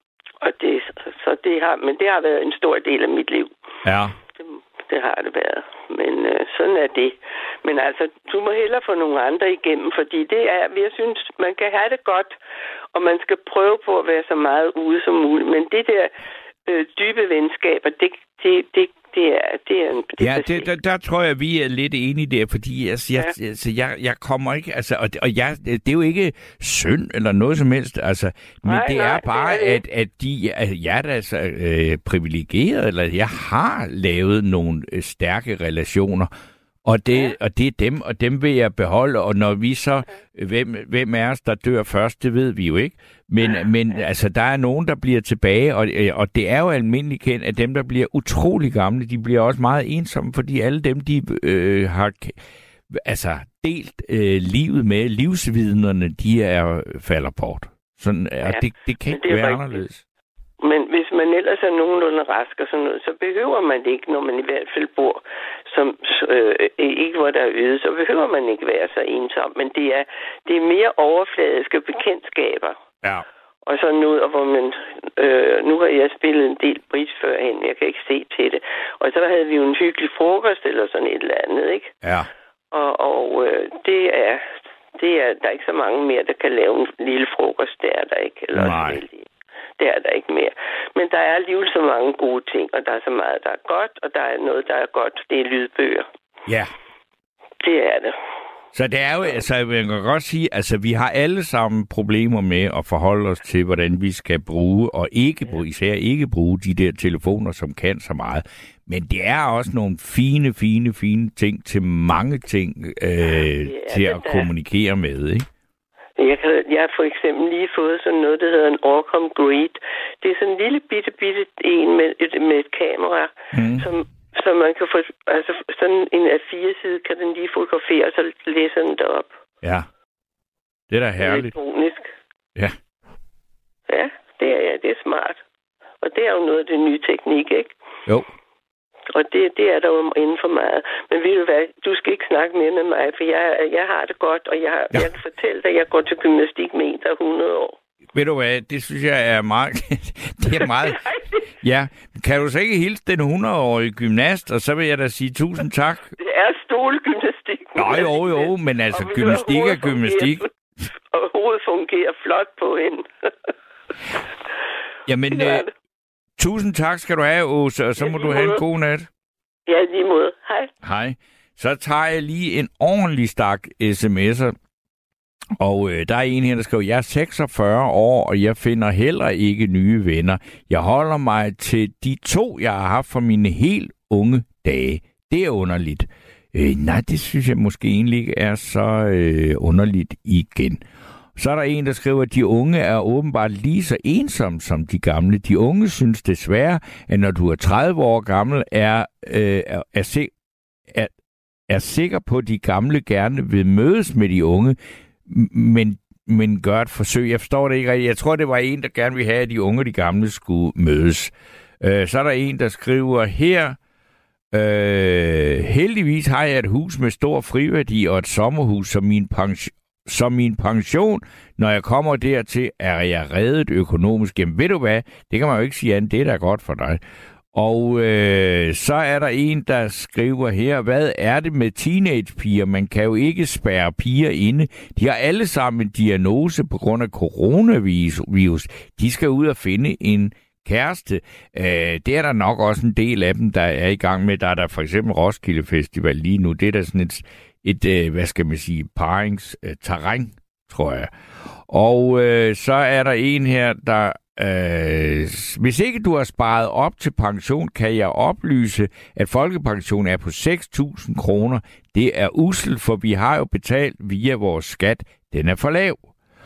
Og det, så det har, men det har været en stor del af mit liv. Ja. Det, det har det været. Men øh, sådan er det. Men altså, du må hellere få nogle andre igennem, fordi det er, jeg synes, man kan have det godt, og man skal prøve på at være så meget ude som muligt. Men det der øh, dybe venskaber, det, det, det, det er... Det er det ja, det, der, der tror jeg, vi er lidt enige der, fordi altså, jeg, ja. altså, jeg, jeg kommer ikke... Altså, og og jeg, det er jo ikke synd eller noget som helst, altså, men nej, det nej, er bare, det er det. at, at de, altså, jeg er da altså øh, privilegeret, eller jeg har lavet nogle øh, stærke relationer, og det, ja. og det er dem, og dem vil jeg beholde, og når vi så, hvem, hvem er os, der dør først, det ved vi jo ikke, men, ja. men altså, der er nogen, der bliver tilbage, og, og det er jo almindeligt kendt, at dem, der bliver utrolig gamle, de bliver også meget ensomme, fordi alle dem, de øh, har altså, delt øh, livet med, livsvidnerne, de er falder bort. Sådan, ja. Og det, det kan ikke være rigtigt. Anderledes. Men hvis man ellers er nogenlunde rask og sådan noget, så behøver man det ikke, når man i hvert fald bor, som, øh, ikke hvor der er øde, så behøver man ikke være så ensom. Men det er, det er mere overfladiske bekendtskaber. Ja. Og så noget, hvor man... Øh, nu har jeg spillet en del bridge førhen, jeg kan ikke se til det. Og så havde vi jo en hyggelig frokost eller sådan et eller andet, ikke? Ja. Og, og øh, det er... Det er, der er ikke så mange mere, der kan lave en lille frokost, det er der ikke. Eller nej. Også det er der ikke mere. Men der er alligevel så mange gode ting, og der er så meget, der er godt, og der er noget, der er godt. Det er lydbøger. Ja. Det er det. Så det er jo, altså, jeg kan godt sige, altså, vi har alle sammen problemer med at forholde os til, hvordan vi skal bruge, og ikke bruge, især ikke bruge de der telefoner, som kan så meget. Men det er også nogle fine, fine, fine ting til mange ting øh, til at der. kommunikere med, ikke? Jeg, kan, jeg har for eksempel lige fået sådan noget, der hedder en Orcom Grid. Det er sådan en lille bitte, bitte en med et, med et kamera, mm. som, som man kan få, altså sådan en A fire side kan den lige fotografere, og så læser den derop. Ja, det er da herligt. Elektronisk. Ja. Ja, det er, ja, det er smart. Og det er jo noget af det nye teknik, ikke? Jo. Og det, det er der jo inden for meget. Men ved du hvad, du skal ikke snakke mere med mig, for jeg, jeg har det godt, og jeg, ja. jeg kan fortælle dig, at jeg går til gymnastik med en, der er hundrede år. Ved du hvad, det synes jeg er meget... det er meget... Ja, kan du så ikke hilse den hundrede-årige gymnast, og så vil jeg da sige tusind tak. Det er stolegymnastik. Nå jo, jo, men altså gymnastik er gymnastik. Og hovedet fungerer flot på hende. Jamen... Øh, tusind tak skal du have, Åse, og så må du have en god nat. Ja, lige måde. Hej. Hej. Så tager jeg lige en ordentlig stak sms'er. Og øh, der er en her, der skriver, jeg er seksogfyrre år, og jeg finder heller ikke nye venner. Jeg holder mig til de to, jeg har haft fra mine helt unge dage. Det er underligt. Øh, nej, det synes jeg måske egentlig ikke er så øh, underligt igen. Så er der en, der skriver, at de unge er åbenbart lige så ensomme som de gamle. De unge synes desværre, at når du er tredive år gammel, er, øh, er, er, se- er, er sikker på, at de gamle gerne vil mødes med de unge, men, men gør et forsøg. Jeg forstår det ikke rigtigt. Jeg tror, det var en, der gerne ville have, at de unge og de gamle skulle mødes. Øh, så er der en, der skriver her, øh, heldigvis har jeg et hus med stor friværdi og et sommerhus som min pension. Som min pension, når jeg kommer dertil, er jeg reddet økonomisk. Jamen ved du hvad, det kan man jo ikke sige andet, det er da godt for dig. Og øh, så er der en, der skriver her, hvad er det med teenagepiger? Man kan jo ikke spærre piger inde. De har alle sammen en diagnose på grund af coronavirus. De skal ud og finde en kæreste. Øh, det er der nok også en del af dem, der er i gang med. Der er der for eksempel Roskilde Festival lige nu. Det er der sådan et... et, øh, hvad skal man sige, paringsterræn, øh, tror jeg. Og øh, så er der en her, der, øh, hvis ikke du har sparet op til pension, kan jeg oplyse, at folkepension er på seks tusind kroner. Det er usselt, for vi har jo betalt via vores skat. Den er for lav.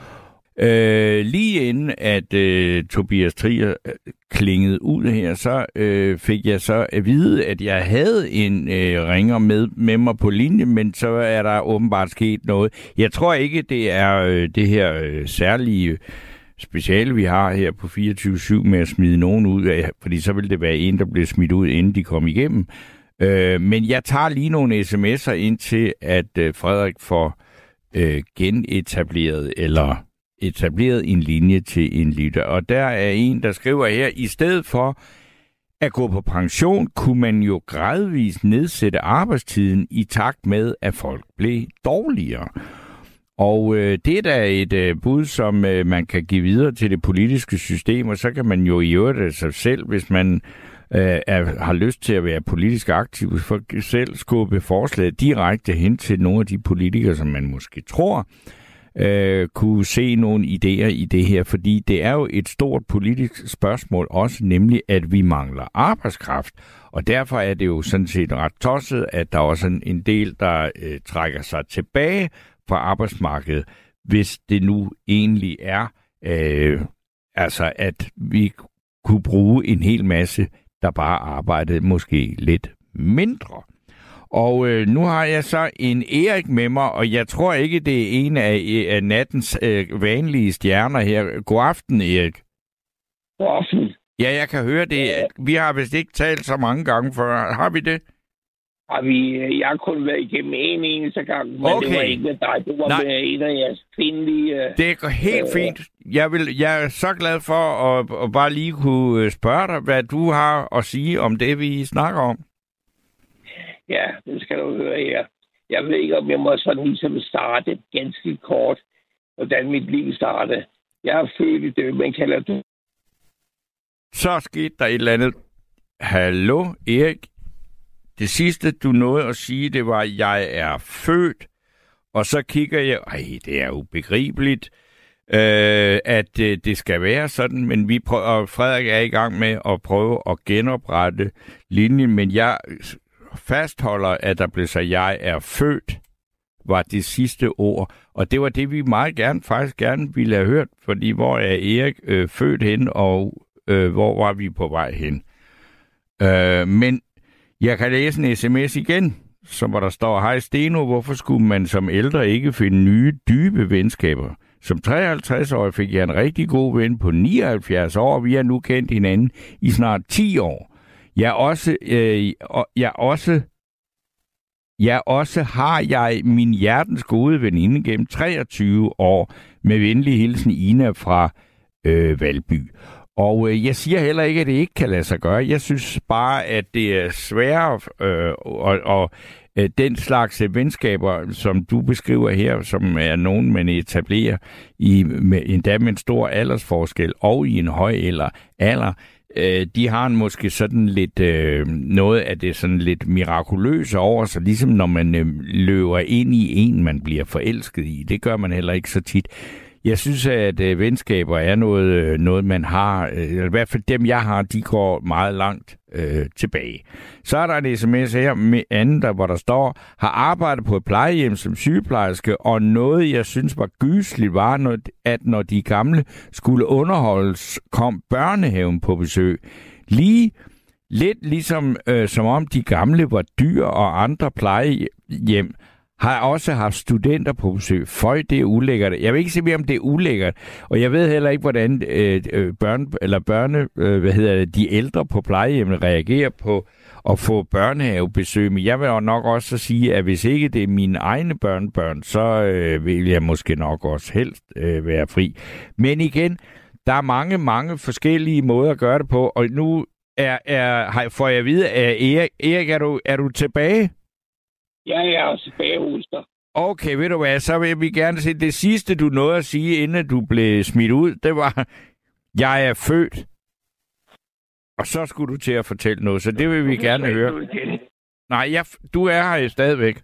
Øh, lige inden at øh, Tobias Trier øh, klingede ud her, så øh, fik jeg så at vide, at jeg havde en øh, ringer med, med mig på linje, men så er der åbenbart sket noget. Jeg tror ikke, det er øh, det her øh, særlige speciale, vi har her på fireogtyve syv med at smide nogen ud af, fordi så vil det være en, der bliver smidt ud, inden de kom igennem. Øh, men jeg tager lige nogle sms'er ind til, at øh, Frederik får øh, genetableret eller etableret en linje til en lytter. Og der er en, der skriver her, i stedet for at gå på pension, kunne man jo gradvist nedsætte arbejdstiden i takt med, at folk blev dårligere. Og øh, det er da et øh, bud, som øh, man kan give videre til det politiske system, og så kan man jo i øvrigt af sig selv, hvis man øh, er, har lyst til at være politisk aktiv, for selv skubbe forslaget direkte hen til nogle af de politikere, som man måske tror, Øh, kunne se nogle idéer i det her, fordi det er jo et stort politisk spørgsmål også, nemlig at vi mangler arbejdskraft, og derfor er det jo sådan set ret tosset, at der også er en del, der øh, trækker sig tilbage fra arbejdsmarkedet, hvis det nu egentlig er, øh, altså at vi kunne bruge en hel masse, der bare arbejdede måske lidt mindre. Og øh, nu har jeg så en Erik med mig, og jeg tror ikke, det er en af, af nattens øh, vanlige stjerner her. God aften, Erik. God aften. Ja, jeg kan høre det. Vi har vist ikke talt så mange gange før. Har vi det? Har vi, jeg har kun været igennem en eneste gang, men okay. Det var ikke med dig. Det var Nej. med en af jeres kvindelige... Det er helt øh, fint. Jeg, vil, jeg er så glad for at, at bare lige kunne spørge dig, hvad du har at sige om det, vi snakker om. Ja, det skal du høre her. Jeg ved ikke, om jeg må sådan ligesom starte ganske kort, hvordan mit liv startede. Jeg er født i det, man kalder du. Så skete der et eller andet. Hallo, Erik. Det sidste, du nåede at sige, det var, at jeg er født. Og så kigger jeg, ej, det er ubegribeligt, øh, at øh, det skal være sådan. Men vi prøver, og Frederik er i gang med at prøve at genoprette linjen, men jeg fastholder, at der blev så, jeg er født, var det sidste ord. Og det var det, vi meget gerne, faktisk gerne ville have hørt, fordi hvor er Erik øh, født hen, og øh, hvor var vi på vej hen? Øh, men jeg kan læse en sms igen, som hvor der står, hej Steno, hvorfor skulle man som ældre ikke finde nye, dybe venskaber? Som treoghalvtreds-årig fik jeg en rigtig god ven på nioghalvfjerds år, og vi har nu kendt hinanden i snart ti år. Jeg også, øh, jeg også, jeg også har jeg min hjertens gode veninde gennem treogtyve år, med venlig hilsen Ina fra øh, Valby. Og øh, jeg siger heller ikke, at det ikke kan lade sig gøre. Jeg synes bare, at det er sværere, øh, og, og øh, den slags venskaber, som du beskriver her, som er nogen, man etablerer i, med, endda med en stor aldersforskel og i en høj eller alder, øh, de har en måske sådan lidt øh, noget af det sådan lidt mirakuløse over sig, ligesom når man øh, løber ind i en, man bliver forelsket i. Det gør man heller ikke så tit. Jeg synes, at øh, venskaber er noget, øh, noget man har, øh, i hvert fald dem, jeg har, de går meget langt øh, tilbage. Så er der en sms her med anden, der, hvor der står, har arbejdet på et plejehjem som sygeplejerske, og noget, jeg synes var gysligt, var, at når de gamle skulle underholdes, kom børnehaven på besøg. Lige lidt ligesom, øh, som om de gamle var dyr, og andre plejehjem har også haft studenter på besøg. Føj, det er ulækkert. Jeg vil ikke sige mere, om det er ulækkert. Og jeg ved heller ikke, hvordan øh, børn, eller børne, øh, hvad hedder det, de ældre på plejehjemmet reagerer på at få børnehavebesøg. Men jeg vil nok også sige, at hvis ikke det er mine egne børnebørn, så øh, vil jeg måske nok også helst øh, være fri. Men igen, der er mange, mange forskellige måder at gøre det på. Og nu er, er, får jeg at vide, at Erik, Erik er, du, er du tilbage? Ja, jeg er tilbage hos dig. Okay, ved du hvad, så vil vi gerne se, det sidste, du nåede at sige, inden du blev smidt ud, det var, jeg er født. Og så skulle du til at fortælle noget, så det vil vi gerne høre. Nej, jeg, du er her stadigvæk.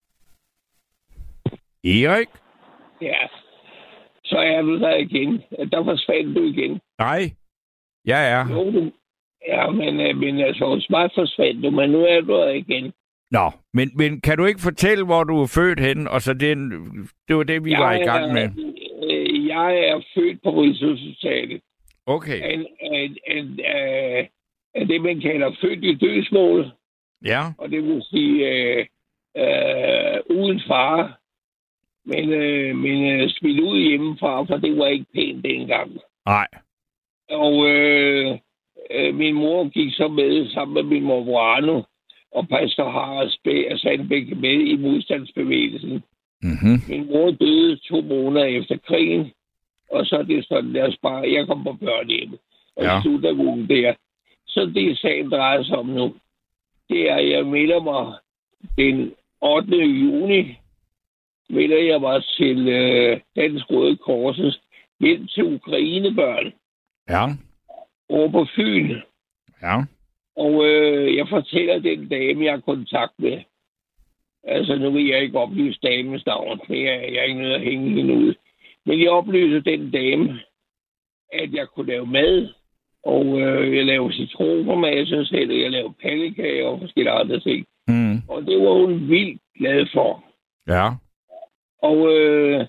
Erik? Ja, så er du der igen. Der forsvandt du igen. Nej, jeg er. Jo, du, ja, men, men altså, smart forsvandt du, men nu er du der igen. Nå, men, men kan du ikke fortælle, hvor du er født henne? Og så det, det var det, vi jeg var i gang med. Er, jeg er født på Rigshospitalet. Okay. En, en, en, en, en, det, man kalder født i dødsmål. Ja. Og det vil sige øh, øh, uden far. Men, øh, men øh, smidt ud hjemmefra, for det var ikke pænt dengang. Nej. Og øh, øh, min mor gik så med sammen med min mor Brano og pastor Harald Sandbæk med i modstandsbevægelsen. Mm-hmm. Min mor døde to måneder efter krigen, og så er det sådan, lad os bare, jeg kom på børnehjemmet, og ja. Slutter ugen der. Så det sagen drejer sig om nu, det er, at jeg melder mig den ottende juni, melder jeg mig til øh, Dansk Røde Korses hjælp til Ukrainebørn. Ja. Over på Fyn. Ja. Og øh, jeg fortæller den dame, jeg har kontakt med. Altså, nu vil jeg ikke oplyse damens navn, for jeg, jeg er ikke nødt at hænge hende ud. Men jeg oplyser den dame, at jeg kunne lave mad, og øh, jeg laver citronformager selv, og jeg laver pandekager og forskellige andre ting. Mm. Og det var hun vildt glad for. Ja. Og øh,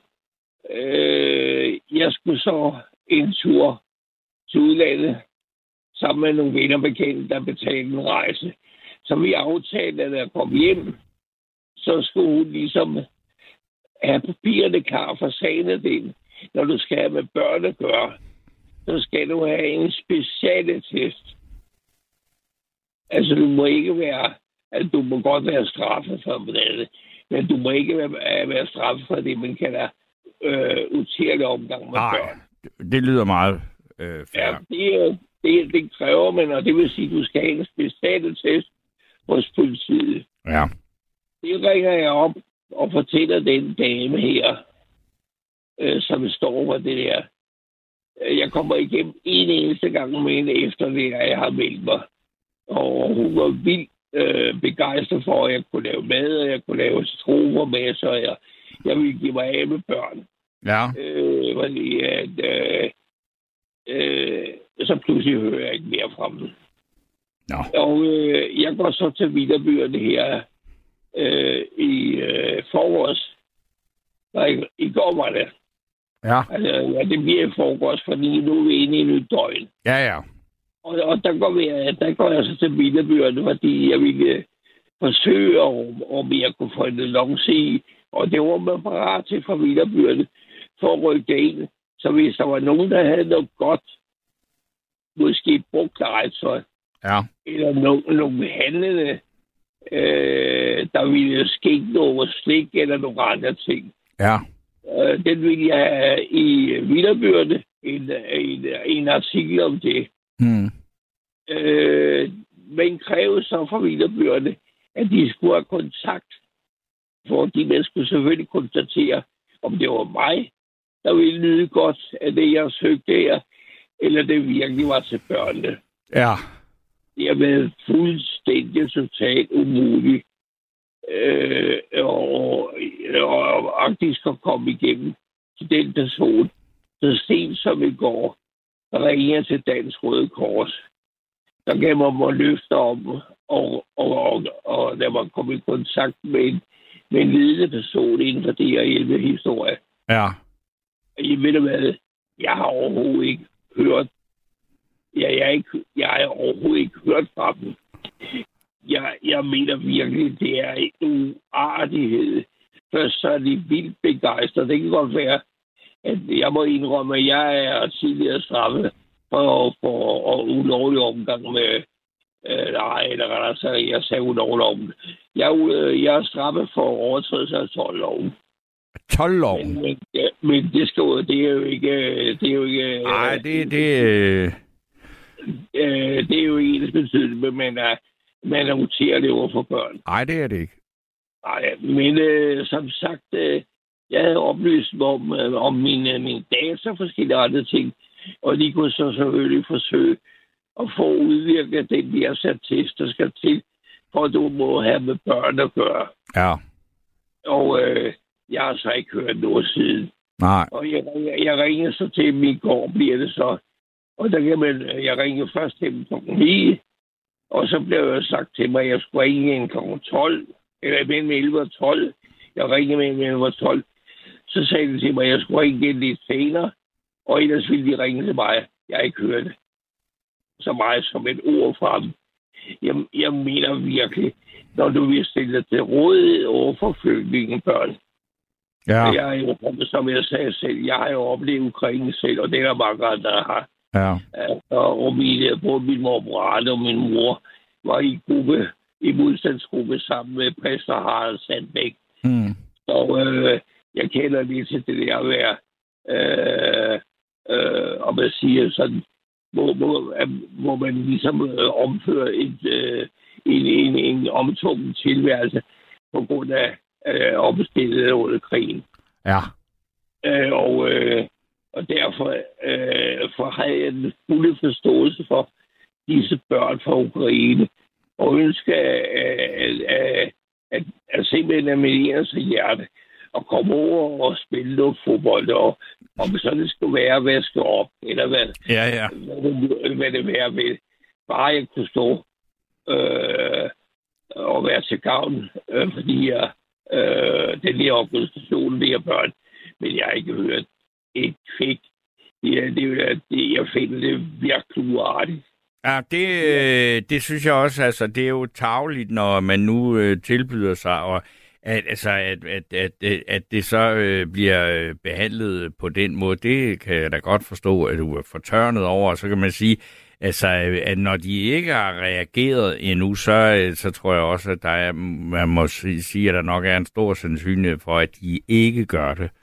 øh, jeg skulle så en tur til udlandet, sammen med nogle venner bekendte, der betalte en rejse. Så vi aftalte, at da jeg kom hjem, så skulle hun ligesom have papirerne klar for sagen af den. Når du skal have med børn at gøre, så skal du have en specielle test. Altså, du må ikke være... Altså, du må godt være straffet for det, men du må ikke være, være straffet for det, man kalder øh, utærlig omgang med Ej, børn. Det lyder meget øh, fair. Ja, det er Det, det kræver man, og det vil sige, at du skal have en specielle test hos politiet. Ja. Det ringer jeg op og fortæller den dame her, øh, som står for det der. Jeg kommer igennem en eneste gang med hende efter det, at jeg har meldt mig. Og hun var vildt øh, begejstret for, at jeg kunne lave mad, og jeg kunne lave citroner med, så jeg, jeg ville give mig af med børn. Ja. Øh, fordi at... Øh, øh, så pludselig hører jeg ikke mere fra dem. No. Og øh, jeg går så til Villebyerne her øh, i øh, forårs. Nej, i går var det. Ja. Altså, ja, det bliver i forårs, fordi nu er vi inde i en nyt døgn. Ja, ja. Og, og der, går vi, der går jeg så til Villebyerne, fordi jeg ville forsøge, om, om jeg kunne få en annonce i. Og det var man parat til fra Villebyerne for at rykke ind. Så hvis der var nogen, der havde noget godt, måske brugt legetøj, ja. eller no- nogle handlende, øh, der ville ske noget slik eller nogle andre ting. Ja. Øh, den ville jeg have i Villebyerne, en, en, en artikel om det. Mm. Øh, men krævede så fra Villebyerne, at de skulle have kontakt, fordi man skulle selvfølgelig konstatere, om det var mig, der ville nyde godt af det, jeg søgte her, eller det virkelig var til børnene. Ja. Det har været fuldstændig totalt umuligt. Øh, og, og faktisk at komme igennem til den person. Så sent som i går, der ringer jeg til Dansk Røde Kors. der gav mig mig løfter om, og, og, og, og der var kommet i kontakt med en, med en ledende person inden for det her hjælpehistorie. Ja. Jeg ved du hvad, jeg har overhovedet ikke hørt, jeg, jeg, ikke, jeg har overhovedet ikke hørt fra dem. Jeg, jeg mener virkelig, det er en uartighed. Først så er de vildt begejstrede. Det kan godt være, at jeg må indrømme, at jeg er tidligere straffet for, for ulovlig omgang med... Øh, nej, eller altså, jeg sagde ulovlig omgang. Jeg, jeg er straffet for overtrædelse af tolv-loven. tolv-loven? Men, men, ja, men det, skal, det er jo ikke... Det er jo ikke... Nej, det, det, øh... øh, det er jo ikke ens betydning, men man er, man er uteret over for børn. Nej, det er det ikke. Nej, men øh, som sagt, øh, jeg havde oplyst om, øh, om mine, mine data og forskellige andre ting, og de kunne så selvfølgelig forsøge at få udvirket den der sat test, der skal til, for at du må have med børn at gøre. Ja. Og øh, jeg har så ikke hørt noget siden. Nej. Og jeg, jeg, jeg ringede så til dem i går, bliver det så. Og der kan man, jeg ringede først til dem klokken ni, og så blev jeg sagt til mig, at jeg skulle ringe en klokken tolv, eller mellem elleve og tolv. Jeg ringede mellem elleve og tolv. Så sagde de til mig, at jeg skulle ringe igen lidt senere, og ellers ville de ringe til mig. Jeg har ikke hørt det. Så meget som et ord fra dem. Jeg, jeg mener virkelig, når du vil stille dig til rådighed over for flygtningebørn. Ja. Jeg er jo, som jeg sagde selv, jeg har jo oplevet Ukraine selv, og det er der mange andre, der har. Ja. Og min, både min mor og min mor var i gruppe, i modstandsgruppe sammen med pastor Harald Sandbæk. Mm. Så øh, jeg kender lidt til det der at være, øh, øh, om jeg siger sådan, hvor, hvor, hvor man ligesom øh, omfører et, øh, en, en, en omtummen tilværelse på grund af øh, opstillet under krigen. Ja. Øh, og, øh, og derfor øh, for har jeg en fulde forståelse for disse børn fra Ukraine, og ønsker at, at, at, at simpelthen amelere sig hjerte og komme over og spille noget fodbold, og om så det skulle være at vaske op, eller hvad, ja, ja. hvad, det, hvad det være vil. Bare jeg kunne stå øh, og være til gavn, øh, fordi jeg, øh, den her organisation, de her børn, men jeg har ikke hørt et fik. Ja, det, det, jeg finder det virkelig uartigt. Ja, det, øh, det synes jeg også, altså, det er jo tarveligt, når man nu øh, tilbyder sig, og at, altså, at, at, at, at det så øh, bliver behandlet på den måde, det kan jeg da godt forstå, at du er fortørnet over, og så kan man sige, altså, at når de ikke har reageret endnu, så, så tror jeg også, at der er, man må sige, at der nok er en stor sandsynlighed for, at de ikke gør det.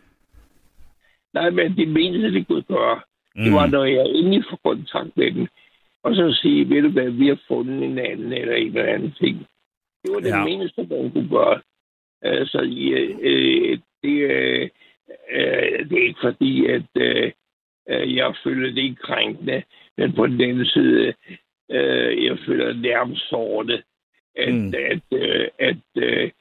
Nej, men det mindste, de kunne gøre, mm. det var, når jeg endelig får kontakt med dem, og så sige, ved du hvad, vi har fundet en anden eller en eller anden ting. Det var det ja. mindste, man kunne gøre. Uh, så uh, uh, det, uh, uh, det er ikke fordi, at uh, uh, jeg føler det ikke krænkende, men på den anden side, uh, jeg føler nærmest sårende, at, mm. at, uh, at uh,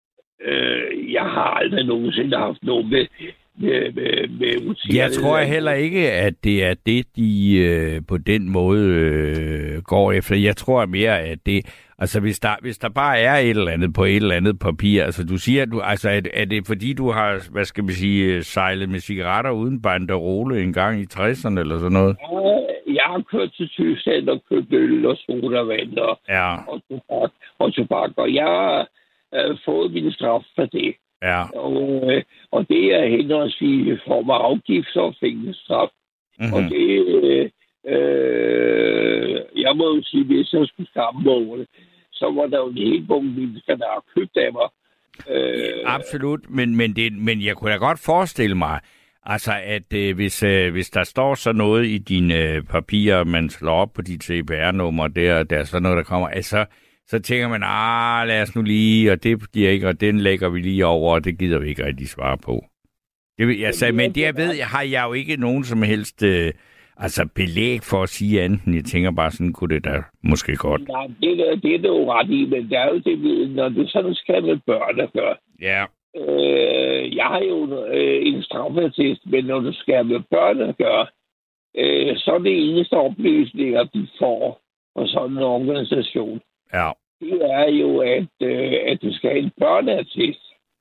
uh, jeg har aldrig nogensinde haft noget med Med, med, med jeg tror heller ikke, at det er det, de øh, på den måde øh, går efter. Jeg tror mere, at det... Altså, hvis der, hvis der bare er et eller andet på et eller andet papir... Altså, du siger, du, altså, er, er det fordi, du har, hvad skal man sige, sejlet med cigaretter uden banderole en gang i tresserne eller sådan noget? Jeg har kørt til Tyskland og købt øl og sodavand og, ja. og, tobak, og tobak, og jeg har øh, fået min straf for det. Ja. Og, øh, og det er henholdsvis i form af afgift og fængselsstraf. Mm-hmm. Og det, øh, øh, jeg må jo sige, hvis jeg skulle skamme over det, så var der jo en hel bunke mennesker, der har købt af mig. Øh, ja, absolut, men, men, det, men jeg kunne da godt forestille mig, altså at øh, hvis, øh, hvis der står så noget i dine øh, papirer, man slår op på dit C P R-nummer, der, der er sådan noget, der kommer, altså så tænker man, ah, lad os nu lige, og det bliver ikke, og den lægger vi lige over, og det gider vi ikke rigtig svare på. Det, jeg sagde, men det jeg ved, jeg har jeg jo ikke nogen som helst øh, altså belæg for at sige andet. Jeg tænker bare, sådan kunne det da måske godt. Nej, det, det, det er det jo ret i, men det er jo det, når du sådan skal med børn at gøre. Ja. Øh, jeg har jo øh, en straffetest, men når du skal med børn at gøre, øh, så er det eneste oplysninger, de får, for sådan en organisation, ja. det er jo, at, øh, at du skal have en børneattest.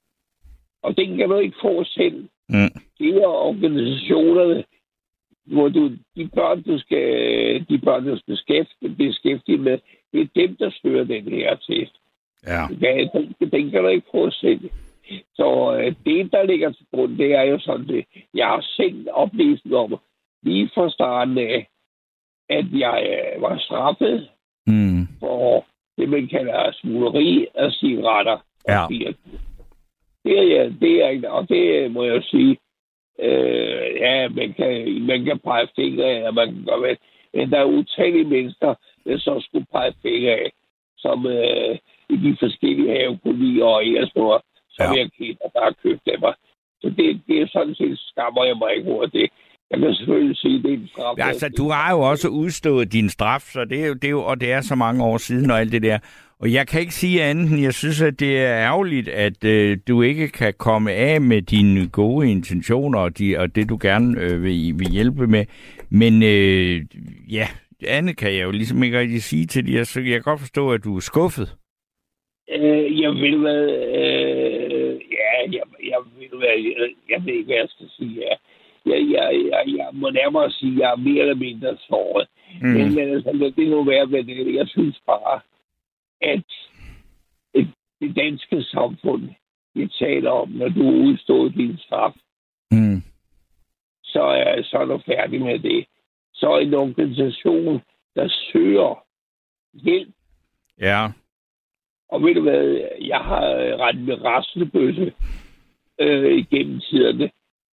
Og den kan du ikke få selv. Mm. Det er organisationerne, hvor du, de børn, du skal, de børn, du skal beskæftige, beskæftige med, det er dem, der søger den her test. Ja. Den, den kan du ikke få selv. Så øh, det, der ligger til grund, det er jo sådan det. Jeg har selv oplevet om, lige fra starten af, at jeg øh, var straffet mm. for det, man kalder smugleri af cigaretter. Ja. Det er, ja, det er ikke, og det må jeg jo sige, øh, ja, man kan, man kan pege fingre af, og man kan gøre med, men der er utallige mennesker, der så skulle pege fingre af, som øh, i de forskellige havekolonier og æresmord, som ja. jeg kender, der har købt af mig. Så det, det er sådan set, skammer jeg mig ikke over det. Jeg kan selvfølgelig sige, det er en straf. Ja, altså, du har jo også udstået din straf, så det er jo, det er jo, og det er så mange år siden og alt det der. Og jeg kan ikke sige andet end, jeg synes, at det er ærgerligt, at øh, du ikke kan komme af med dine gode intentioner og, de, og det, du gerne øh, vil, vil hjælpe med. Men øh, ja, andet kan jeg jo ligesom ikke rigtig sige til dig, så jeg kan godt forstå, at du er skuffet. Øh, jeg vil hvad... Øh, ja, jeg, jeg vil hvad... Jeg, jeg ved ikke, hvad jeg skal sige. Ja. Jeg, jeg, jeg, jeg må nærmere sige, at jeg er mere eller mindre såret. Mm. Men, men altså, det må være med det. Jeg synes bare, at et, det danske samfund, vi taler om, når du har udstået din straf, mm. så, er, så er du færdig med det. Så er en organisation, der søger hjælp. Ja. Og ved du hvad, jeg har rettet med rastebøsse øh, igennem tiderne.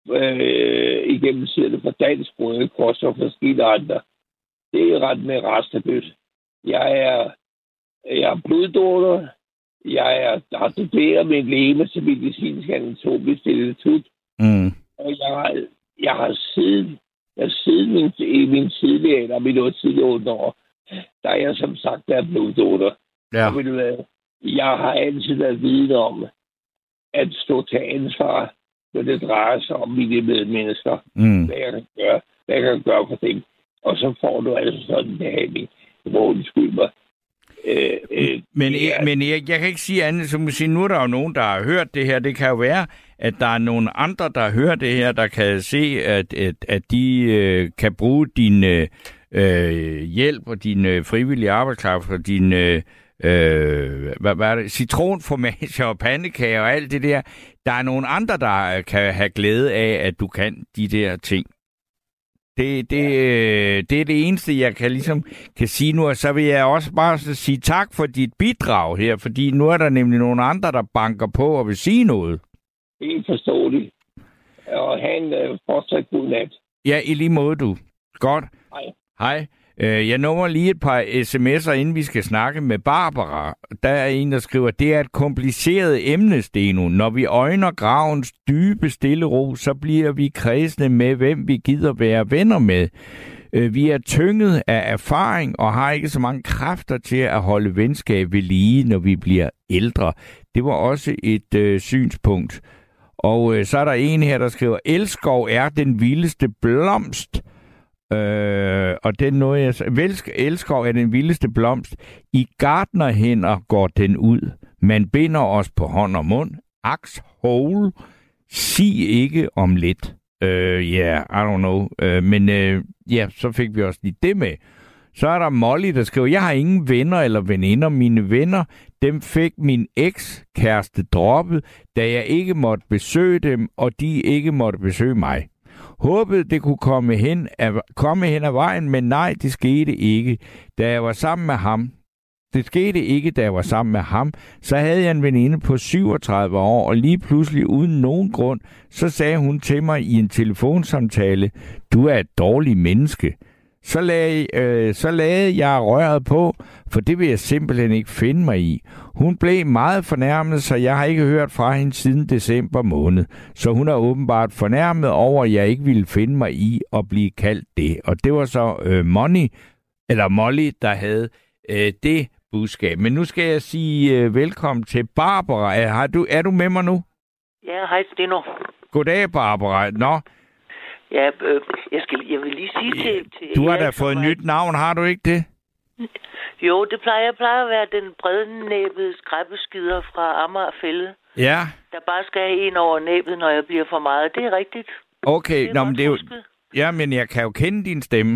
Øh, igennem tiderne for Dansk Røde Kors og forskellige andre. Det er ret med rastebøsse. Jeg er Jeg er bloddonor. Jeg er, har studeret med en læge til medicinsk anatomisk institut. Mm. Og jeg har, jeg har siden, jeg har siden min, i min tidligere, eller min noget tidligere år, der er jeg som sagt været bloddonor. Ja. Og ved du hvad, jeg har altid været viden om at stå til ansvar, når det drejer sig om mine medmennesker. Mm. Hvad jeg kan gøre, hvad jeg kan gøre for dem. Og så får du altså sådan en behandling. Det må undskylde mig. Øh, øh, men ja. men jeg, jeg kan ikke sige andet, som at sige, nu er der jo nogen, der har hørt det her. Det kan jo være, at der er nogle andre, der hører det her, der kan se, at, at, at de øh, kan bruge din øh, hjælp og din øh, frivillige arbejdskraft og din øh, øh, hvad, hvad er det? citronformage og pandekager og alt det der. Der er nogle andre, der kan have glæde af, at du kan de der ting. Det, det, ja. det er det eneste, jeg kan ligesom kan sige nu, og så vil jeg også bare sige tak for dit bidrag her, fordi nu er der nemlig nogle andre, der banker på og vil sige noget. Helt forståeligt. Og have en uh, fortsat god nat. Ja, i lige måde du. Godt. Hej. Hej. Jeg nummer lige et par sms'er, inden vi skal snakke med Barbara. Der er en, der skriver, det er et kompliceret emne, Steno. Når vi øjner gravens dybe stille ro, så bliver vi kredsende med, hvem vi gider være venner med. Vi er tynget af erfaring og har ikke så mange kræfter til at holde venskab ved lige, når vi bliver ældre. Det var også et øh, synspunkt. Og øh, så er der en her, der skriver, elskov er den vildeste blomst. Øh, og det er noget, jeg... Velsk, elskov er den vildeste blomst. I gartnerhænder går den ud. Man binder os på hånd og mund. Aks hole. Sig ikke om lidt. Øh, ja, yeah, I don't know. Øh, men øh, ja, så fik vi også lige det med. Så er der Molly, der skriver, jeg har ingen venner eller veninder. Mine venner, dem fik min eks-kæreste droppet, da jeg ikke måtte besøge dem, og de ikke måtte besøge mig. Håbede, det kunne komme hen, af, komme hen ad vejen, men nej, det skete ikke, da jeg var sammen med ham. Det skete ikke, da jeg var sammen med ham. Så havde jeg en veninde på syvogtredive år, og lige pludselig uden nogen grund, så sagde hun til mig i en telefonsamtale, du er et dårligt menneske. Så lagde, øh, så lagde jeg røret på, for det vil jeg simpelthen ikke finde mig i. Hun blev meget fornærmet, så jeg har ikke hørt fra hende siden december måned. Så hun er åbenbart fornærmet over, at jeg ikke ville finde mig i at blive kaldt det. Og det var så øh, Money, eller Molly, der havde øh, det budskab. Men nu skal jeg sige øh, velkommen til Barbara. Er, har du, er du med mig nu? Ja, hej Steno. Goddag, Barbara. Nå. Ja, øh, jeg, skal, jeg vil lige sige til... til du har da fået et nyt navn, har du ikke det? Jo, det plejer, jeg plejer at være den brednæbbede skræppeskider fra Amagerfælde. Ja. Der bare skal have en over næbbet, når jeg bliver for meget. Det er rigtigt. Okay, det er, Nå, men det er jo... Ja, men jeg kan jo kende din stemme.